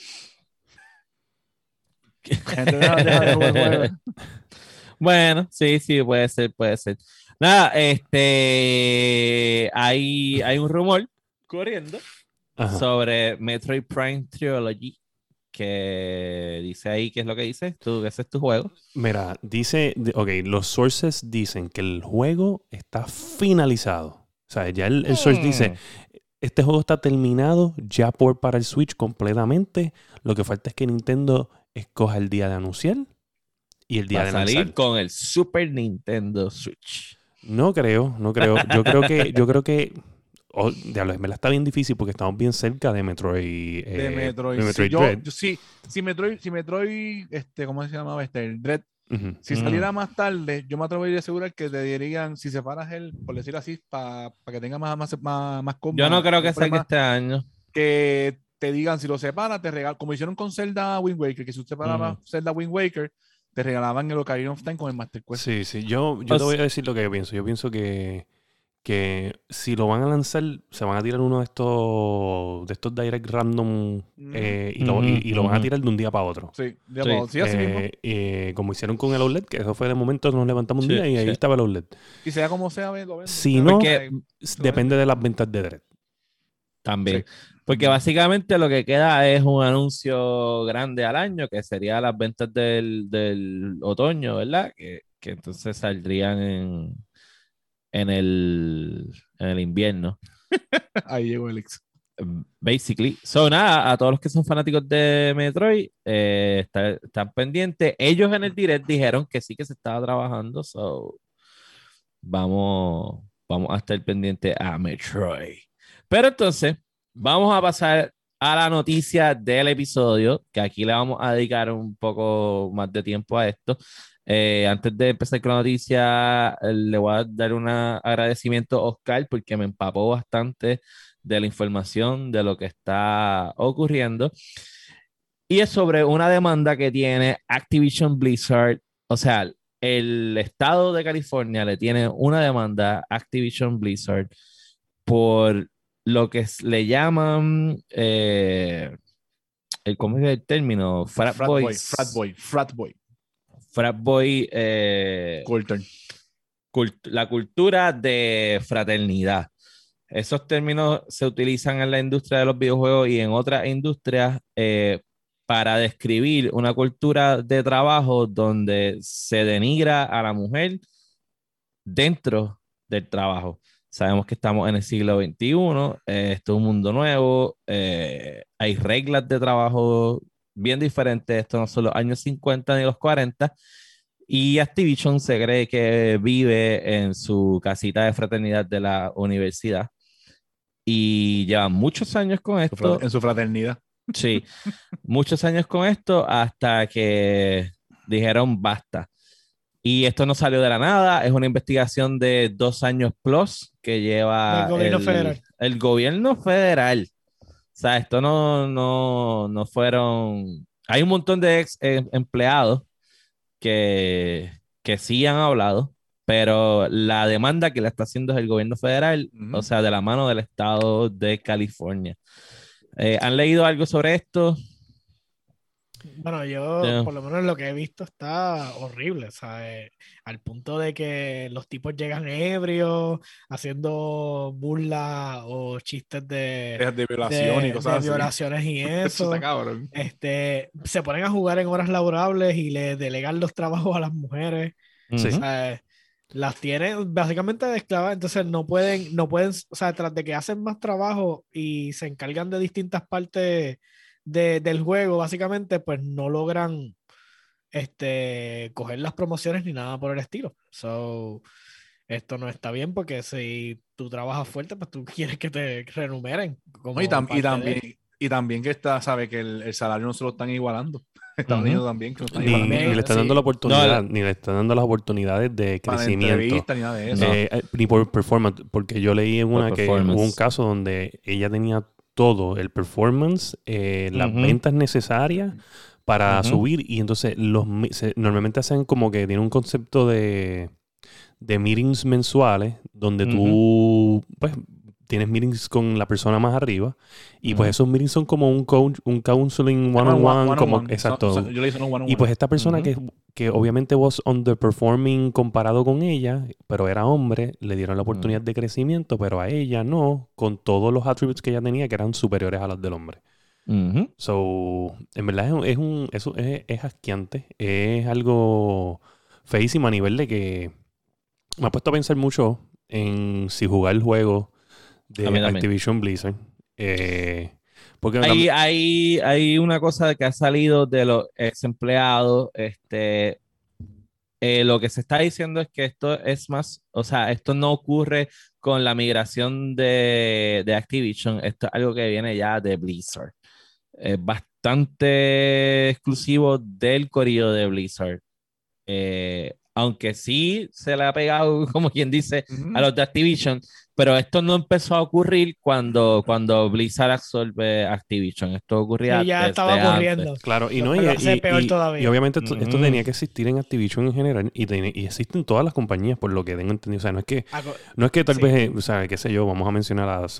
la gente deja de jugar juegos. Bueno, sí, puede ser. Nada, hay un rumor corriendo Ajá. sobre Metroid Prime Trilogy que dice ahí, ¿qué es lo que dice? Ese es tu juego. Mira, ok, los sources dicen que el juego está finalizado. O sea, ya el source dice, este juego está terminado ya para el Switch completamente. Lo que falta es que Nintendo escoja el día de anunciar y el día Va de a salir lanzar. con el Super Nintendo Switch. No creo. Yo creo que diablo, me la está bien difícil porque estamos bien cerca de Metroid. De Metroid. De Metroid Sí, Dread. si Metroid, ¿cómo se llamaba este? El Dread. Ujú. Si saliera más tarde, yo me atrevería a asegurar que te dirían, si separas él, por decir así, para que tenga más Yo no creo que compre salga más, este año. que te digan, si lo separas, te regalan, como hicieron con Zelda Wind Waker, que si tú separabas Zelda Wind Waker, te regalaban el Ocarina of Time con el Master Quest. Sí. Yo te voy a decir lo que yo pienso. Yo pienso que si lo van a lanzar, se van a tirar uno de estos direct random y lo van a tirar de un día para otro. Sí, sí, así mismo. Como hicieron con el OLED, que eso fue de momento, nos levantamos un Sí, día y ahí sí. estaba el OLED. Y sea como sea, lo venden. Si no, Porque depende de las ventas de Dread. también. Sí. Porque básicamente lo que queda es un anuncio grande al año, que sería las ventas del otoño, ¿verdad? Que entonces saldrían en el invierno. Ahí llegó Elix. Basically. So, nada, a todos los que son fanáticos de Metroid, están pendientes. Ellos en el direct dijeron que sí que se estaba trabajando, so vamos a estar pendientes a Metroid. Pero entonces, vamos a pasar a la noticia del episodio, que aquí le vamos a dedicar un poco más de tiempo a esto. Antes de empezar con la noticia, le voy a dar un agradecimiento a Oscar porque me empapó bastante de la información de lo que está ocurriendo. Y es sobre una demanda que tiene Activision Blizzard. O sea, el estado de California le tiene una demanda a Activision Blizzard por lo que le llaman, ¿cómo es el término? Frat boys. Frat boy. Frat boy. Colton. La cultura de fraternidad. Esos términos se utilizan en la industria de los videojuegos y en otras industrias para describir una cultura de trabajo donde se denigra a la mujer dentro del trabajo. Sabemos que estamos en el siglo XXI, esto es un mundo nuevo, hay reglas de trabajo bien diferentes, esto no son los años 50 ni los 40, y Activision se cree que vive en su casita de fraternidad de la universidad y lleva muchos años con esto. En su fraternidad. Sí, muchos años con esto hasta que dijeron basta. Y esto no salió de la nada, es una investigación de 2 años plus que lleva Del gobierno federal. El gobierno federal. O sea, esto no fueron... Hay un montón de empleados que sí han hablado, pero la demanda que le está haciendo es el gobierno federal, o sea, de la mano del estado de California. ¿Han leído algo sobre esto? Bueno, yo por lo menos lo que he visto está horrible, ¿sabes? Al punto de que los tipos llegan ebrios, haciendo burlas o chistes de violación y cosas así. Violaciones y eso. Está cabrón. Se ponen a jugar en horas laborables y le delegan los trabajos a las mujeres. Sí. ¿Sabes? Las tienen básicamente de esclavas, entonces no pueden, o sea, tras de que hacen más trabajo y se encargan de distintas partes del juego, básicamente, pues no logran coger las promociones ni nada por el estilo. So, esto no está bien porque si tú trabajas fuerte, pues tú quieres que te renumeren. Y también que sabe que el salario no se lo están igualando. Estados Ujú. Unidos también, que no están Ni, llevando ni También, le están sí. dando la oportunidad, No, ni le están dando las oportunidades de para crecimiento. entrevistas ni nada de eso. No. Ni por performance, porque yo leí en Por una que hubo un performance. caso donde ella tenía todo, el performance, las Ujú. ventas necesarias para Ujú. subir, y entonces normalmente hacen como que tiene un concepto de meetings mensuales donde tú pues tienes meetings con la persona más arriba y pues Ujú. esos meetings son como un counseling Se llaman one-on-one, como one-on-one. exacto. Yo le hice un one-on-one. Y pues esta persona Ujú. que obviamente was underperforming comparado con ella, pero era hombre, le dieron la oportunidad de crecimiento, pero a ella no, con todos los attributes que ella tenía que eran superiores a los del hombre. Ujú. So, en verdad es asqueante, es algo feísimo a nivel de que me ha puesto a pensar mucho en si jugar el juego A de mí también. Activision Blizzard. Porque Hay una cosa que ha salido de los ex empleados. Lo que se está diciendo es que esto es más, o sea, esto no ocurre con la migración de Activision. Esto es algo que viene ya de Blizzard. Es bastante exclusivo del corillo de Blizzard. Aunque sí se le ha pegado, como quien dice, a los de Activision, pero esto no empezó a ocurrir cuando Blizzard absorbe Activision. Esto ocurría Sí, ya estaba desde antes. ocurriendo. claro, y Lo no, cual lo hace peor y todavía. obviamente esto Ujú. tenía que existir en Activision en general y existen todas las compañías por lo que tengo entendido. O sea, no es que tal Sí. vez, o sea, qué sé yo, vamos a mencionar a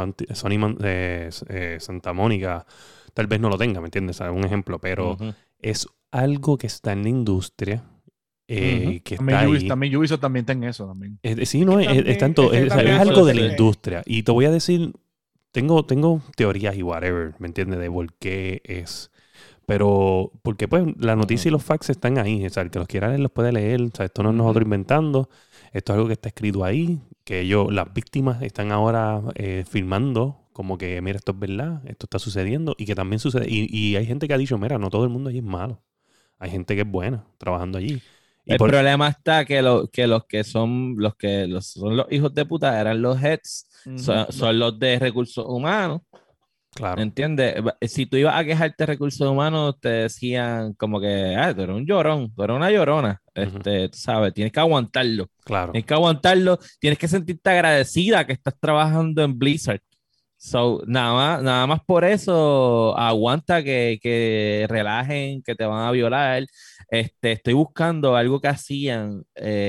Santa Mónica, tal vez no lo tenga, ¿me entiendes? O sea, un ejemplo, pero Ujú. es algo que está en la industria, Ujú. que está ahí. También Ubisoft también está en eso también. Sí, no, que también- está en todo. es que O sea, también es eso algo de la se- industria. Y te voy a decir, tengo teorías y whatever, ¿me entiendes? De por qué es. Pero, porque pues la noticia y los facts están ahí. O sea, el que los quiera leer los puede leer. O sea, esto no es nosotros inventando. Esto es algo que está escrito ahí. Que las víctimas están ahora filmando como que, mira, esto es verdad, esto está sucediendo. Y que también sucede. Y hay gente que ha dicho, mira, no todo el mundo allí es malo. Hay gente que es buena trabajando allí. Y El problema está que son los hijos de puta eran los heads, son los de recursos humanos. claro. ¿Entiendes? Si tú ibas a quejarte de recursos humanos, te decían como que, tú eres un llorón, tú eres una llorona. Tú sabes, tienes que aguantarlo. Claro. Tienes que aguantarlo, tienes que sentirte agradecida que estás trabajando en Blizzard. So, nada más por eso aguanta que relajen, que te van a violar. Estoy buscando algo que hacían.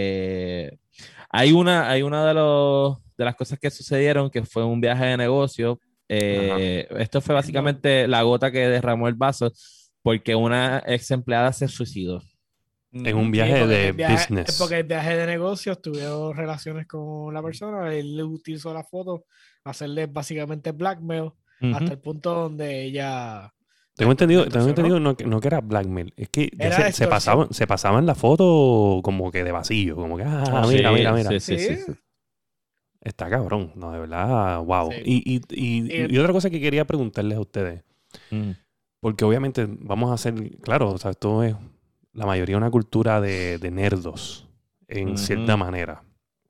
Hay una de las cosas que sucedieron que fue un viaje de negocio. Esto fue básicamente la gota que derramó el vaso porque una ex empleada se suicidó. En un Sí, viaje porque de el viaje- business. Porque el viaje de negocios tuvieron relaciones con la persona, él le utilizó la foto, hacerle básicamente blackmail, hasta el punto donde ella... Tengo entendido extorsionó. no que era blackmail. Es que ya Era se extorsión. pasaban la foto como que de vacío. Como que, mira. Sí. Está cabrón. No, de verdad, wow. Sí. Y otra cosa que quería preguntarles a ustedes. Porque obviamente vamos a hacer, claro, o sea, esto es la mayoría una cultura de nerdos, en cierta manera.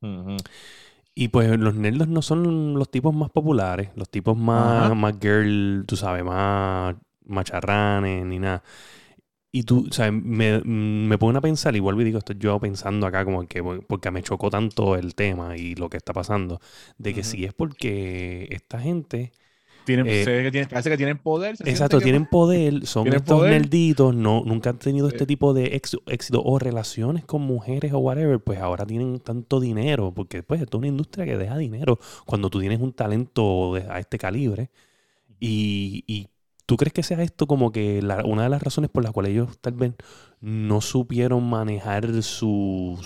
Y pues los nerdos no son los tipos más populares, los tipos más girl, tú sabes, más macharranes, ni nada. Y tú, o sea, me ponen a pensar, y vuelvo y digo, estoy yo pensando acá como que, porque me chocó tanto el tema y lo que está pasando, de que si es porque esta gente... parece que tienen poder. Exacto, tienen poder, son ¿tienen estos poder? nerditos, nunca han tenido este tipo de éxito o relaciones con mujeres o whatever, pues ahora tienen tanto dinero, porque pues esto es una industria que deja dinero cuando tú tienes un talento a este calibre. Y ¿tú crees que sea esto como que una de las razones por las cuales ellos tal vez no supieron manejar su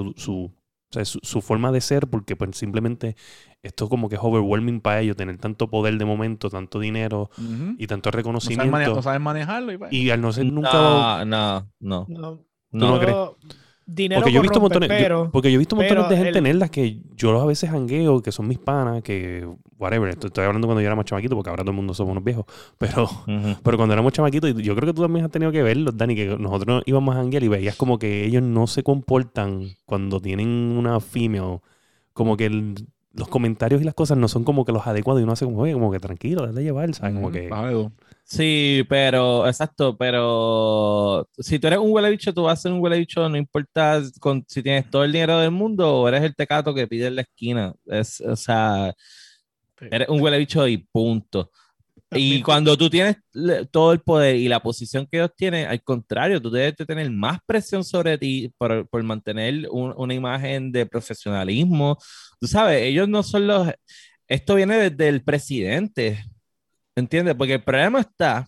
forma de ser? Porque pues simplemente esto como que es overwhelming para ellos, tener tanto poder de momento, tanto dinero y tanto reconocimiento. No saben manejarlo. Y al no ser nunca... No. No, ¿Tú no crees? Dinero Porque yo he visto corrompe, montones, pero de gente nerdas que yo a veces jangueo, que son mis panas, que whatever. Estoy hablando cuando yo era más chamaquito, porque ahora todo el mundo somos unos viejos. Pero cuando éramos chamaquitos, y yo creo que tú también has tenido que verlos, Dani, que nosotros íbamos a janguear y veías como que ellos no se comportan cuando tienen una female, como que los comentarios y las cosas no son como que los adecuados y uno hace como, oye, como que tranquilo, dale llevar, ¿sabes? Como que... Baja de dos. Sí, pero, exacto, pero si tú eres un huele bicho, tú vas a ser un huele bicho, no importa si tienes todo el dinero del mundo o eres el tecato que pide en la esquina. O sea, Sí. eres un huele bicho y punto. Y También cuando tú tienes todo el poder y la posición que ellos tienen, al contrario, tú debes de tener más presión sobre ti por mantener una imagen de profesionalismo. Tú sabes, ellos no son los... Esto viene desde el presidente, ¿entiendes? Porque el problema está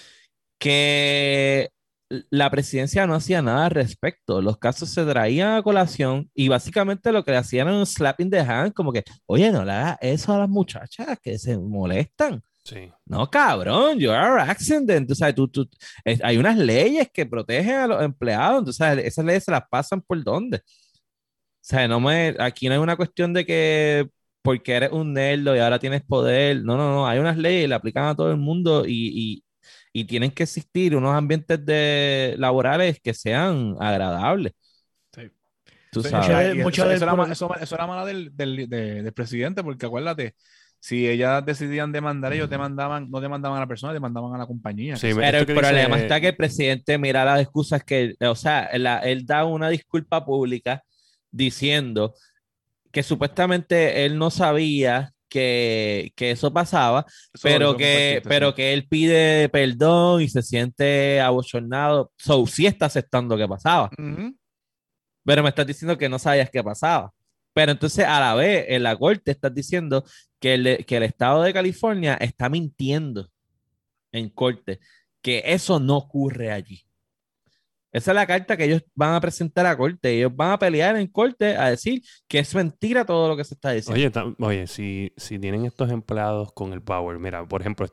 que la presidencia no hacía nada al respecto. Los casos se traían a colación y básicamente lo que le hacían era un slap in the hand, como que, oye, no le hagas eso a las muchachas que se molestan. Sí. No, cabrón, you are accident. Tú sabes, hay unas leyes que protegen a los empleados, entonces esas leyes se las pasan por dónde. O sea, aquí no hay una cuestión de que porque eres un nerdo y ahora tienes poder. No, no, no. Hay unas leyes y le aplican a todo el mundo y tienen que existir unos ambientes laborales que sean agradables. Sí. Tú Sí, sabes. Mucho del eso era mala del presidente, porque acuérdate, si ellas decidían demandar, ellos no demandaban a la persona, demandaban a la compañía. Sí, Pero esto el que problema dice- está que el presidente mira las excusas o sea, él da una disculpa pública diciendo que supuestamente él no sabía que eso pasaba, Eso lo pero compartiste, pero sí. que él pide perdón y se siente abochornado. So, sí está aceptando que pasaba, Ujú. pero me estás diciendo que no sabías que pasaba. Pero entonces a la vez en la corte estás diciendo que el estado de California está mintiendo en corte, que eso no ocurre allí. Esa es la carta que ellos van a presentar a corte. Ellos van a pelear en corte a decir que es mentira todo lo que se está diciendo. Oye, si tienen estos empleados con el power, mira, por ejemplo,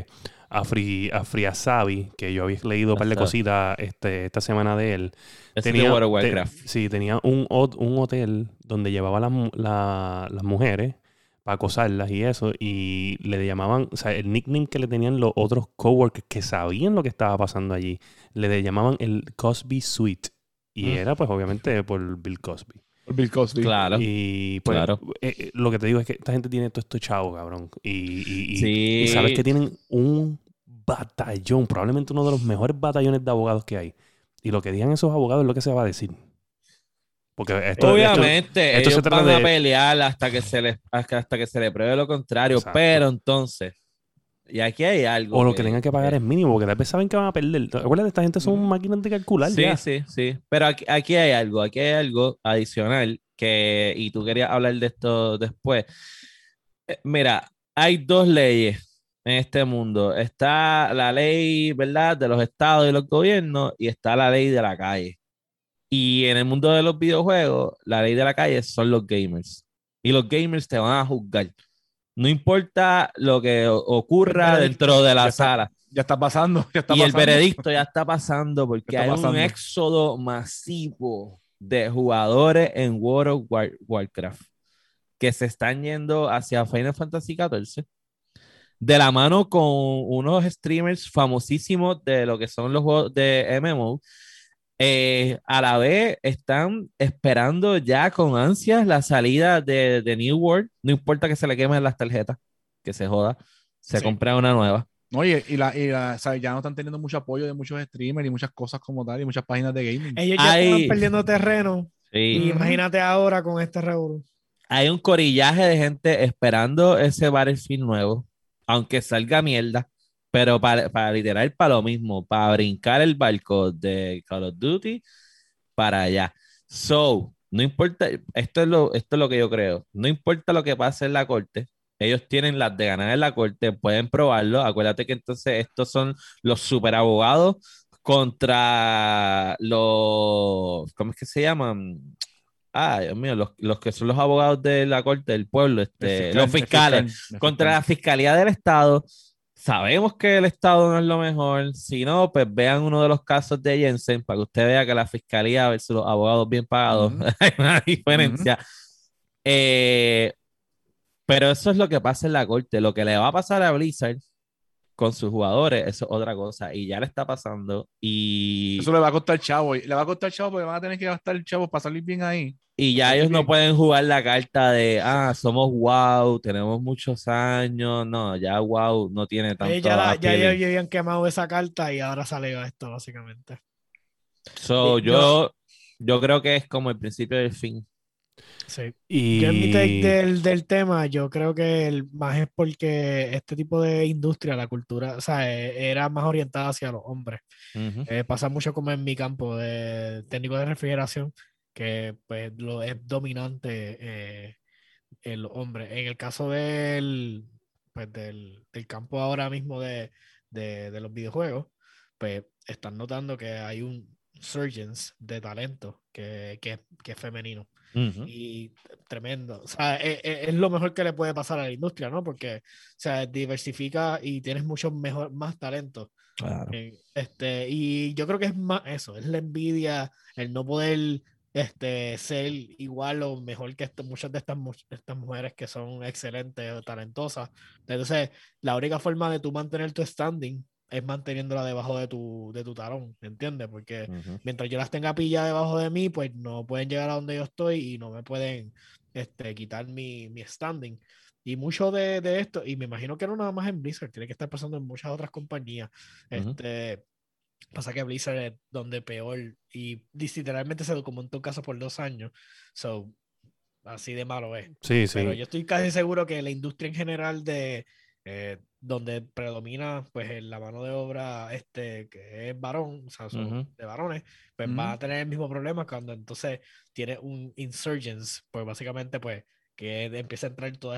Afriasabi, que yo había leído un par de Ajá. cositas esta semana de él, Ese es de World of Warcraft. sí, tenía un hotel donde llevaba las mujeres para acosarlas y eso, y le llamaban, o sea, el nickname que le tenían los otros coworkers que sabían lo que estaba pasando allí, le llamaban el Cosby Suite, y era pues obviamente por Bill Cosby. Bill Cosby. Claro. Y pues Claro. lo que te digo es que esta gente tiene todo esto chavo, cabrón. Y Sí. sabes que tienen un batallón, probablemente uno de los mejores batallones de abogados que hay. Y lo que digan esos abogados es lo que se va a decir. Porque Obviamente, esto se ellos trata van a de... pelear hasta que se les pruebe lo contrario. Exacto. Pero entonces, y aquí hay algo. O lo que tengan que pagar es mínimo, porque tal vez saben que van a perder. Acuérdate, esta gente son máquinas de calcular Sí, ya. sí. Pero aquí hay algo adicional y tú querías hablar de esto después. Mira, hay dos leyes en este mundo. Está la ley, ¿verdad?, de los estados y los gobiernos y está la ley de la calle. Y en el mundo de los videojuegos, la ley de la calle son los gamers. Y los gamers te van a juzgar. No importa lo que ocurra dentro de la sala. Ya está pasando. Y el veredicto ya está pasando porque Está hay pasando. un éxodo masivo de jugadores en World of Warcraft que se están yendo hacia Final Fantasy XIV de la mano con unos streamers famosísimos de lo que son los juegos de MMO. A la vez están esperando ya con ansias la salida de New World. No importa que se le quemen las tarjetas, que se joda, se compra una nueva. Oye, o sea, ya no están teniendo mucho apoyo de muchos streamers y muchas cosas como tal y muchas páginas de gaming. ellos ya estaban perdiendo terreno. Sí. Y imagínate ahora con este revolú. Hay un corillaje de gente esperando ese Battlefield nuevo, aunque salga mierda, pero para literal para lo mismo, para brincar el barco de Call of Duty para allá. So, no importa, esto es lo que yo creo, no importa lo que pase en la corte, ellos tienen las de ganar en la corte, pueden probarlo. Acuérdate que entonces estos son los super abogados contra los, ¿cómo es que se llaman? Ah, Dios mío, los que son los abogados de la corte del pueblo, los fiscales, contra la fiscalía del Estado. Sabemos que el Estado no es lo mejor. Si no, pues vean uno de los casos de Jensen para que usted vea que la fiscalía versus los abogados bien pagados hay una diferencia. Pero eso es lo que pasa en la corte. Lo que le va a pasar a Blizzard con sus jugadores, eso es otra cosa. Y ya le está pasando. Y, Eso le va a costar chavo. Le va a costar chavo porque van a tener que gastar el chavo para salir bien ahí. y ya Para ellos salir no bien. pueden jugar la carta de, somos wow, tenemos muchos años. No, ya wow no tiene tanto Ya appealing. habían quemado esa carta y ahora sale esto, básicamente. So, Yo, yo creo que es como el principio del fin. sí. Yo en mi take Y del tema, yo creo que más es porque este tipo de industria, la cultura, o sea, era más orientada hacia los hombres. Ujú. Pasa mucho como en mi campo de técnico de refrigeración, que pues lo es dominante en los hombres. En el caso pues, del campo ahora mismo de los videojuegos, pues están notando que hay un surgence de talento que es femenino. Ujú. Y tremendo. O sea, es lo mejor que le puede pasar a la industria, ¿no? Porque, o sea, diversifica y tienes más talento. Claro. Y yo creo que es más eso, es la envidia, el no poder ser igual o mejor que muchas de estas mujeres que son excelentes o talentosas. Entonces, la única forma de tú mantener tu standing es manteniéndola debajo de tu talón, ¿entiendes? Porque Ujú. mientras yo las tenga pilla debajo de mí, pues no pueden llegar a donde yo estoy y no me pueden quitar mi standing. Y mucho de esto, y me imagino que no nada más en Blizzard, tiene que estar pasando en muchas otras compañías. Ujú. Pasa que Blizzard es donde peor, y literalmente se documentó un caso por 2 años. So, así de malo es. sí, Pero sí. yo estoy casi seguro que la industria en general donde predomina pues en la mano de obra que es varón, o sea, son Ujú. de varones, pues va a tener el mismo problema cuando entonces tiene un insurgence, pues básicamente pues que empieza a entrar toda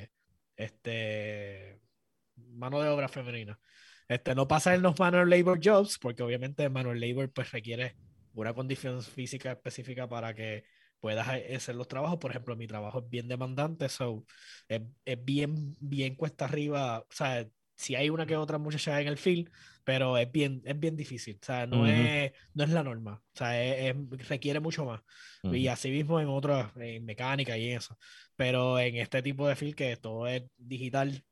este mano de obra femenina. No pasa en los manual labor jobs, porque obviamente manual labor pues requiere una condición física específica para que puedas hacer los trabajos. Por ejemplo, mi trabajo es bien demandante, so es bien cuesta arriba. O sea, si hay una que otra muchacha en el field, pero es bien difícil. O sea, Ujú. no es la norma. O sea, requiere mucho más. Y Ujú. así mismo en otras, en mecánica y eso. Pero en este tipo de field que todo es digital,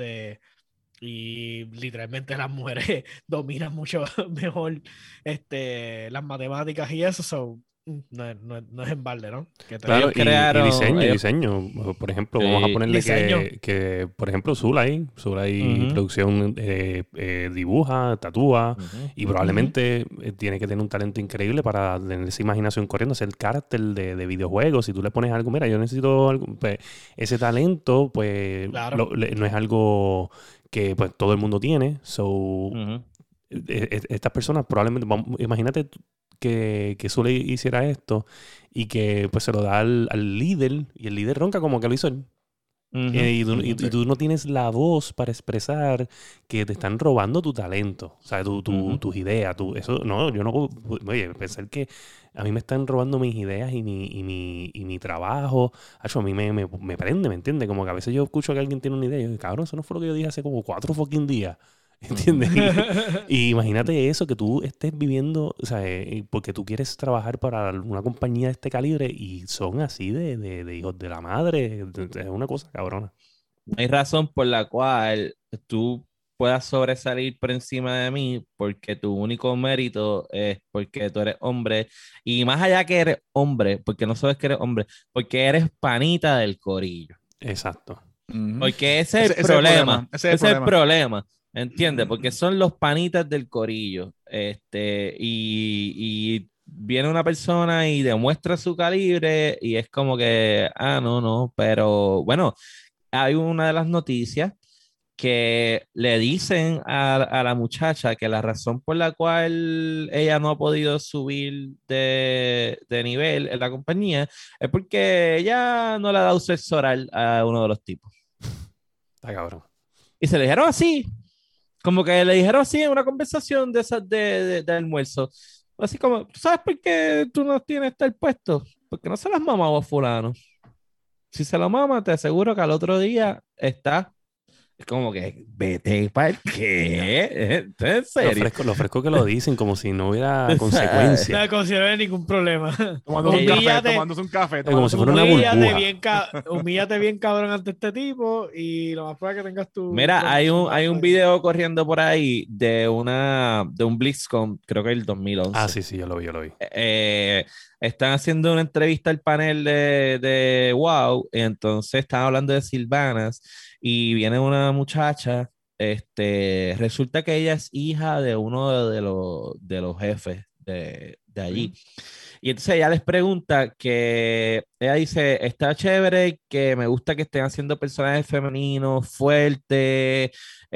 y literalmente las mujeres dominan mucho mejor las matemáticas y eso, no es en balde, ¿no? Que te Claro, Ellos digo. y crearon, ellos, diseño. Por ejemplo, vamos a sí. ponerle Diseño. por ejemplo, Zulay Ujú. Producción dibuja, tatúa Ujú. y Ujú. probablemente tiene que tener un talento increíble para tener esa imaginación corriendo, hacer carácter de videojuegos. Si tú le pones algo, mira, yo necesito algo, pues, ese talento, pues Claro. no es algo que pues todo el mundo tiene. So, Ujú. estas personas probablemente, imagínate que Zulay hiciera esto y que pues se lo da al líder y el líder ronca como que lo hizo él. Ujú. Y Sí. tú no tienes la voz para expresar que te están robando tu talento, o sea, Ujú. tus ideas, eso, no, yo no puedo, oye, pensar que a mí me están robando mis ideas y mi trabajo, a mí me prende, ¿me entiendes? Como que a veces yo escucho que alguien tiene una idea y yo digo, cabrón, eso no fue lo que yo dije hace como 4 fucking días. Ujú. ¿Entiendes? Y imagínate eso, que tú estés viviendo, o sea, porque tú quieres trabajar para una compañía de este calibre y son así de hijos de la madre. Es una cosa cabrona. No hay razón por la cual tú puedas sobresalir por encima de mí porque tu único mérito es porque tú eres hombre y más allá que eres hombre, porque no sabes que eres hombre, porque eres panita del corillo. Exacto. Ujú. Porque ese es el Ese es el problema, problema. Ese es el ese es el problema. problema, ¿entiendes? Porque son los panitas del corillo, y viene una persona y demuestra su calibre y es como que, no, no, pero bueno, hay una de las noticias que le dicen a la muchacha que la razón por la cual ella no ha podido subir de nivel en la compañía es porque ella no le ha dado sexo oral a uno de los tipos. Está cabrón. Y se le dijeron así, como que le dijeron así en una conversación de esas de almuerzo. Así como, ¿tú sabes por qué tú no tienes tal puesto? Porque no se las mamaba a fulano. Si se lo mama, te aseguro que al otro día está Es como que, vete para el qué. ¿En Lo serio? fresco que lo dicen, como si no hubiera ¿Sabes? consecuencia. No considero ningún problema. Tomándose un café, Humíllate, tomándose un café. Como si tomándose fuera un una café. burbuja. humíllate bien cabrón ante este tipo y lo más probable es que tengas tu Mira, hay promoción un, más hay un buena. video corriendo por ahí de un BlizzCon, creo que el 2011. Ah, sí, yo lo vi. Están haciendo una entrevista al panel de WoW, y entonces están hablando de Sylvanas y viene una muchacha, resulta que ella es hija de uno de los jefes de allí. Y entonces ella les pregunta que, ella dice, está chévere, que me gusta que estén haciendo personajes femeninos fuertes,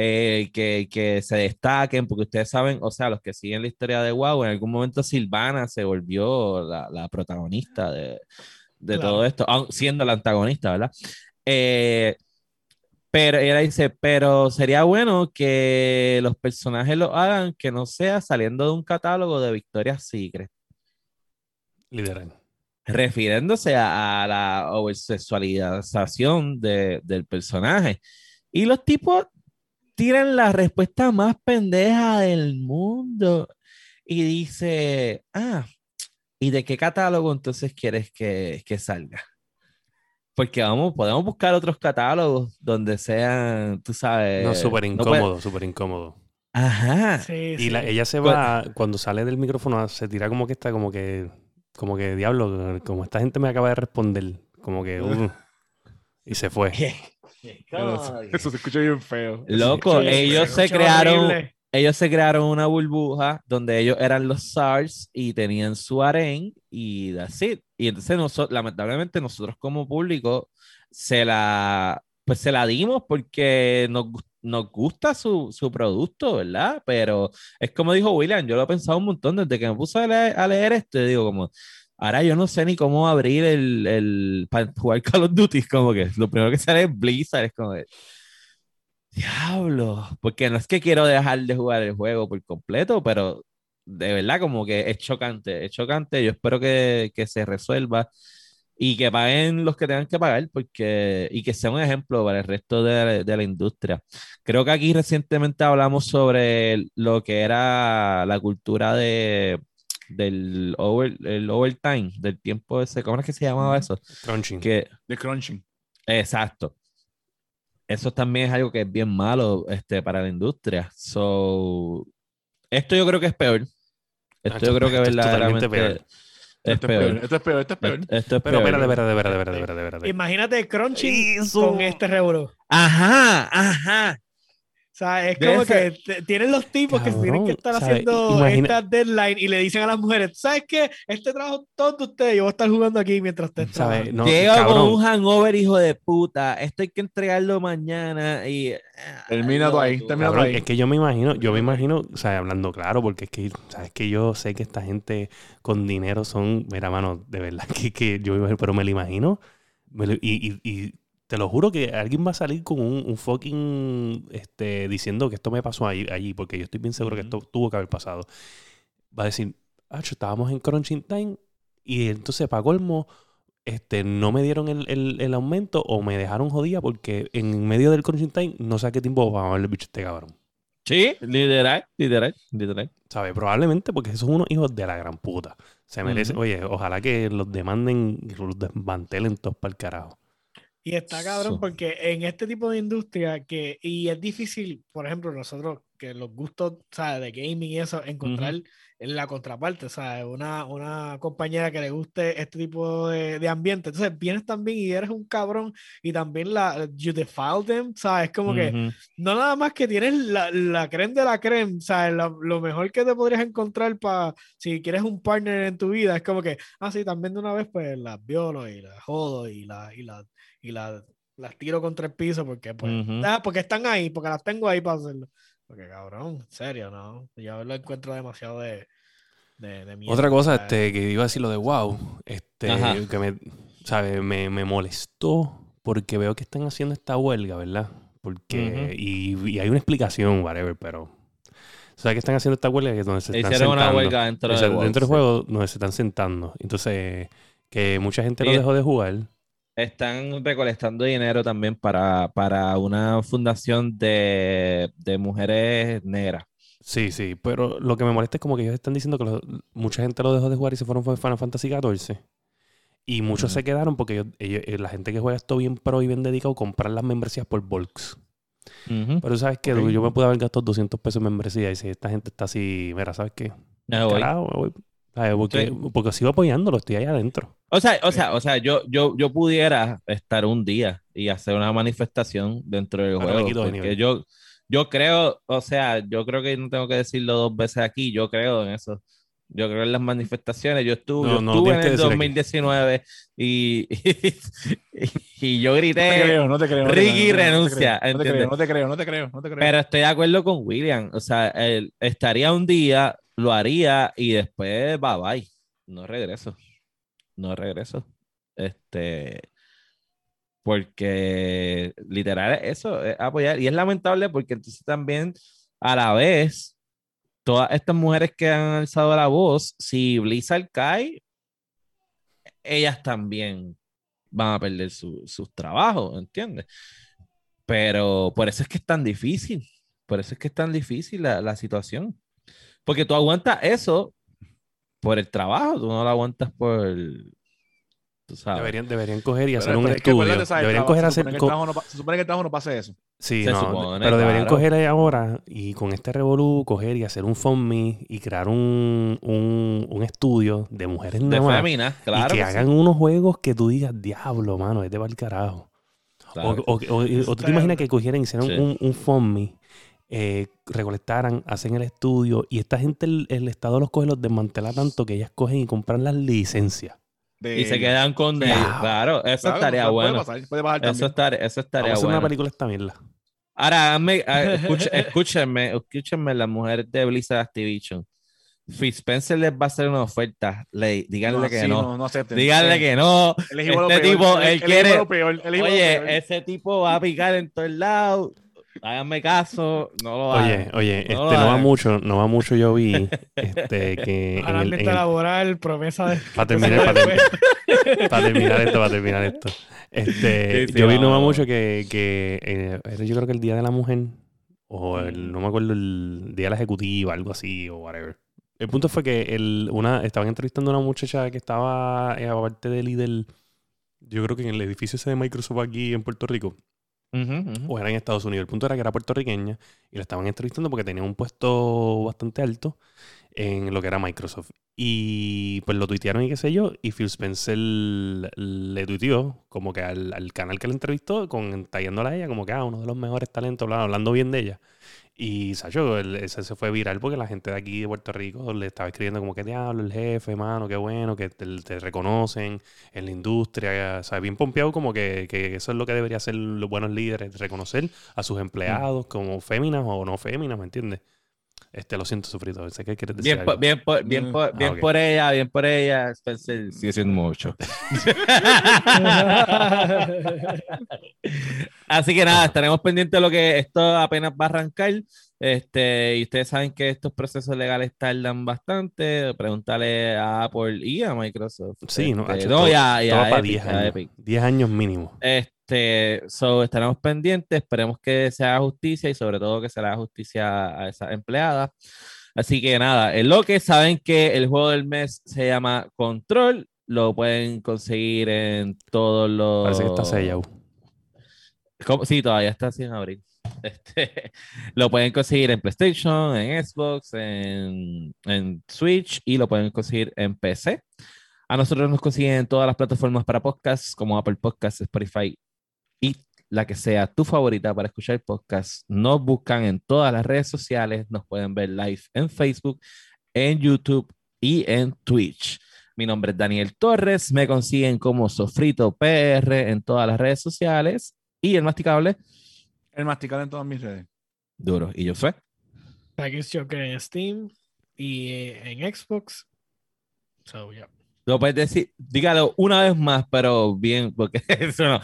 que se destaquen, porque ustedes saben, o sea, los que siguen la historia de WoW, en algún momento Sylvana se volvió la protagonista de todo Claro. esto, siendo la antagonista, ¿verdad? Eh, pero ella dice, pero sería bueno que los personajes lo hagan que no sea saliendo de un catálogo de Victoria's Secret, Literal. refiriéndose a la oversexualización del personaje. Y los tipos tiran la respuesta más pendeja del mundo y dice, ¿y de qué catálogo entonces quieres que salga? Porque podemos buscar otros catálogos donde sean, tú sabes, No, súper incómodo, súper incómodo. Ajá. Sí, Y sí. ella se va, cuando sale del micrófono, se tira como que está, como que diablo, como esta gente me acaba de responder, como que, y se fue. Eso se escucha bien feo. Loco, Sí, ellos se se escucha crearon, horrible. ellos se crearon una burbuja donde ellos eran los SARS y tenían su harén y that's it. Y entonces lamentablemente nosotros como público pues se la dimos porque nos gusta su producto, ¿verdad? Pero es como dijo William, yo lo he pensado un montón desde que me puse a leer esto y digo como, ahora yo no sé ni cómo abrir para jugar Call of Duty, como que lo primero que sale es Blizzard, es como que, diablo, porque no es que quiero dejar de jugar el juego por completo, pero de verdad como que es chocante, es chocante. Yo espero que se resuelva y que paguen los que tengan que pagar y que sea un ejemplo para el resto de la industria. Creo que aquí recientemente hablamos sobre lo que era la cultura del el overtime, del tiempo ese, ¿cómo es que se llamaba eso? Crunching. De crunching. Exacto. Eso también es algo que es bien malo para la industria. Esto yo creo que es peor. Esto yo creo que Esto es totalmente verdaderamente peor. es peor. Esto es peor. Esto es Pero peor. espérate. Imagínate crunching Eso. con este revolú. Ajá. O sea, es Debe como ser- que tienen los tipos que tienen que Cabrón, estar ¿sabes? haciendo Imagina- esta deadline y le dicen a las mujeres, ¿sabes qué? Este trabajo todo de ustedes, yo voy a estar jugando aquí mientras ustedes ¿Sabes? trabajan. No, Llego con cabrón. un hangover, hijo de puta. Esto hay que entregarlo mañana y... Termina tú ahí, loco. termina tú Cabrón, ahí. es que yo me imagino, o sea, hablando claro, porque es que, sabes que yo sé que esta gente con dinero son, mira, mano, de verdad que yo me imagino, pero me lo imagino, y te lo juro que alguien va a salir con un fucking, diciendo que esto me pasó allí, porque yo estoy bien seguro que esto tuvo que haber pasado. Va a decir, estábamos en Crunching Time, y entonces para colmo, no me dieron el aumento o me dejaron jodida porque en medio del crunching time no saqué tiempo para ver el bicho cabrón. Sí, literal. ¿Sabes? Probablemente porque son unos hijos de la gran puta. Se merecen. Oye, ojalá que los demanden y los desmantelen todos para el carajo. Y está cabrón porque en este tipo de industria y es difícil, por ejemplo, nosotros que los gustos, ¿sabes? De gaming y eso, encontrar la contraparte, ¿sabes? Una compañera que le guste este tipo de ambiente. Entonces vienes también y eres un cabrón y también you defile them, ¿sabes? Como que no nada más que tienes la creme de la creme, ¿sabes? Lo mejor que te podrías encontrar para si quieres un partner en tu vida, es como que, sí, también de una vez pues las violo y las jodo y las tiro contra el piso porque pues porque están ahí, porque las tengo ahí para hacerlo. Porque cabrón, en serio, no. Yo lo encuentro demasiado de mierda. Otra cosa, que iba a decir lo de wow, que me molestó porque veo que están haciendo esta huelga, ¿verdad? Porque, y hay una explicación, whatever, pero o sea que están haciendo esta huelga que es donde se están hicieron sentando. Una huelga dentro del del juego donde se están sentando. Entonces, que mucha gente lo dejó de jugar. están recolectando dinero también para una fundación de mujeres negras. Sí, sí, pero lo que me molesta es como que ellos están diciendo que mucha gente lo dejó de jugar y se fueron fue Final Fantasy XIV. Y muchos se quedaron porque la gente que juega esto bien pro y bien dedicado comprar las membresías por bulks. Ujú. Pero sabes que yo me pude haber gastado 200 pesos en membresía y si esta gente está así, mira, ¿sabes qué? Me voy. Carajo, me voy. ¿Sabes? Sí. Porque sigo apoyándolo, estoy ahí adentro. O sea, yo pudiera estar un día y hacer una manifestación dentro del Pero me juego, quito de porque nivel. yo creo, o sea, yo creo que no tengo que decirlo dos veces aquí, yo creo en eso. Yo creo en las manifestaciones. Yo No lo estuve en tienes que el decir aquí. 2019 y, y yo No te grité, creo, no te creo. Ricky renuncia, No te creo, ¿entiendes? no te creo, no te creo. Pero estoy de acuerdo con William. O sea, él estaría un día, lo haría y después bye bye. No regreso. No regreso. Porque literal eso es apoyar. Y es lamentable porque entonces también a la vez, todas estas mujeres que han alzado la voz, si Blizzard cae, ellas también van a perder sus trabajos, ¿entiendes? Pero por eso es que es tan difícil. Por eso es que es tan difícil la situación. Porque tú aguantas eso por el trabajo, tú no lo aguantas tú sabes. Deberían coger y hacer un Pero es que acuérdate, estudio. ¿sabes? Deberían coger Se hacer. supone que el trabajo se supone que el trabajo no pase eso. Sí, Se no, supone, pero deberían claro. coger ahora y con este revolú coger y hacer un FundMe y crear un estudio de mujeres De nada más féminas, y claro. que que hagan sí. unos juegos que tú digas, diablo, mano, vete para el carajo. Claro que sí. O tú te imaginas que cogieran y hicieran Sí. un FundMe, recolectaran, hacen el estudio y esta gente, el Estado los coge, los desmantela tanto que ellas cogen y compran las licencias. Y se quedan con ellos. Claro. Claro, eso estaría bueno. Puede pasar Eso también. estaría Vamos a hacer una bueno. película esta mierda. Ahora, escúchenme las mujeres de Blizzard Activision. Phil Spencer les va a hacer una oferta. Díganle que no. No acepten. Díganle que no. Elegimos lo Este peor. tipo, él quiere. Elegimos lo peor. Elegimos lo peor. Oye, ese tipo va a picar en todos lados. Háganme caso, no lo hagan. Oye, No lo no va hagan. no va mucho, yo vi que Para el ambiente laboral, promesa de... para terminar esto. Sí, Yo vi no va vamos. mucho era yo creo que el Día de la Mujer o no me acuerdo, el Día de la Ejecutiva, algo así o whatever. El punto fue que estaban entrevistando a una muchacha que estaba aparte de líder, yo creo que en el edificio ese de Microsoft aquí en Puerto Rico. O era en Estados Unidos. El punto era que era puertorriqueña y la estaban entrevistando porque tenía un puesto bastante alto en lo que era Microsoft. Y pues lo tuitearon y qué sé yo. Y Phil Spencer le tuiteó como que al canal que la entrevistó, tallándola a ella como que uno de los mejores talentos, hablando bien de ella. Y Sacho, ese se fue viral porque la gente de aquí de Puerto Rico le estaba escribiendo como que diablo, el jefe, mano, qué bueno, que te reconocen en la industria. O sea, bien pompeado como que eso es lo que debería hacer los buenos líderes, reconocer a sus empleados como féminas o no féminas, ¿me entiendes? Lo siento, Sufrito. Sé que quieres decir algo. Bien ok. por ella, bien por ella. Spencer sigue siendo mucho. Así que nada, estaremos pendientes de lo que esto apenas va a arrancar. Y ustedes saben que estos procesos legales tardan bastante. Pregúntale a Apple y a Microsoft. Sí, no, Hacho, No, todo ya va para Epic, 10 ya años. Epic. 10 años mínimo. Estaremos pendientes, esperemos que se haga justicia y sobre todo que se le haga justicia a esa empleada. Así que nada, en lo que saben que el juego del mes se llama Control, lo pueden conseguir en todos los... Parece que está sellado. Sí, todavía está sin abrir. Lo pueden conseguir en PlayStation, en Xbox, en Switch y lo pueden conseguir en PC. A nosotros nos consiguen en todas las plataformas para podcasts como Apple Podcasts, Spotify y la que sea tu favorita para escuchar podcast. Nos buscan en todas las redes sociales, nos pueden ver live en Facebook, en YouTube y en Twitch. Mi nombre es Daniel Torres, me consiguen como Sofrito PR en todas las redes sociales y el masticable. El masticable en todas mis redes. Duro. ¿Y yo soy? Package Joker en Steam y en Xbox. So, yeah. Lo puedes decir, dígalo una vez más, pero bien, porque eso no.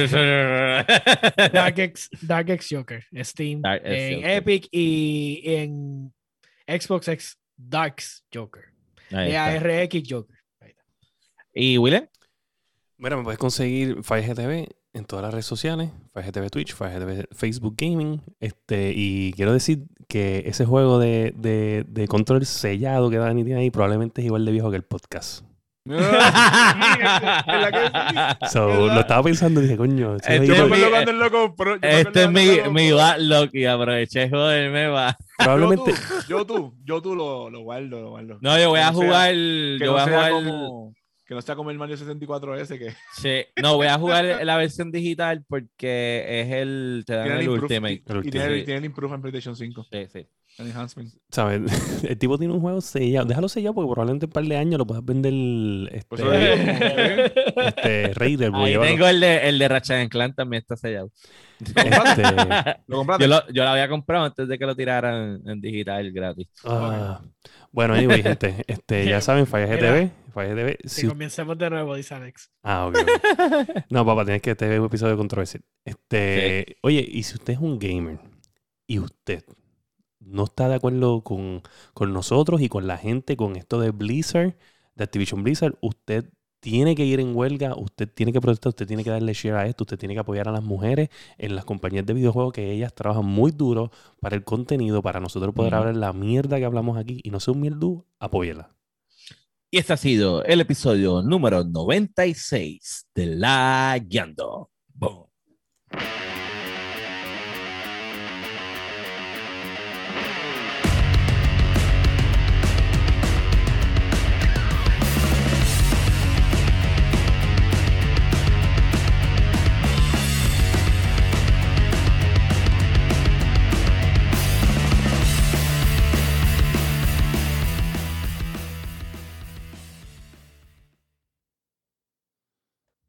Dark X Joker, Steam, Dark X en Joker. Epic y en Xbox X Darks Joker. Ahí está. DARX Joker. Ahí está. ¿Y William? Mira, me puedes conseguir FireGTV en todas las redes sociales, FireGTV Twitch, FireGTV Facebook Gaming, y quiero decir que ese juego de control sellado que Dani tiene ahí probablemente es igual de viejo que el podcast. Lo estaba pensando y dije, coño, Yo me acuerdo cuando él lo compró. Este es mi backlog y aproveché de joderme, va. probablemente Yo tú lo guardo. No, yo voy a no sea- jugar. Que Yo no voy a sea jugar. que no sea como el Mario 64 que Sí, no, voy a jugar la versión digital porque es te dan tiene el improve- Ultimate. y tiene el improve en PlayStation 5. Sí. El enhancement. ¿sabes? El tipo tiene un juego sellado. Déjalo sellado porque probablemente en un par de años lo puedas vender Por eso le digo, Raider. Ahí tengo el de Ratchet & Clank también está sellado. ¿Lo compraste? Yo lo había comprado antes de que lo tiraran en digital gratis. Bueno, anyway, gente, ya saben, FireGTV. Si comencemos de nuevo, dice Alex. Ok. No, papá, tienes que tener un episodio controversial. Oye, y si usted es un gamer y usted no está de acuerdo con nosotros y con la gente con esto de Blizzard, de Activision Blizzard, usted tiene que ir en huelga, usted tiene que protestar, usted tiene que darle share a esto, usted tiene que apoyar a las mujeres en las compañías de videojuegos que ellas trabajan muy duro para el contenido, para nosotros poder hablar la mierda que hablamos aquí y no sea un mierdú, apóyela. Y este ha sido el episodio número 96 de La Guiando. Boom.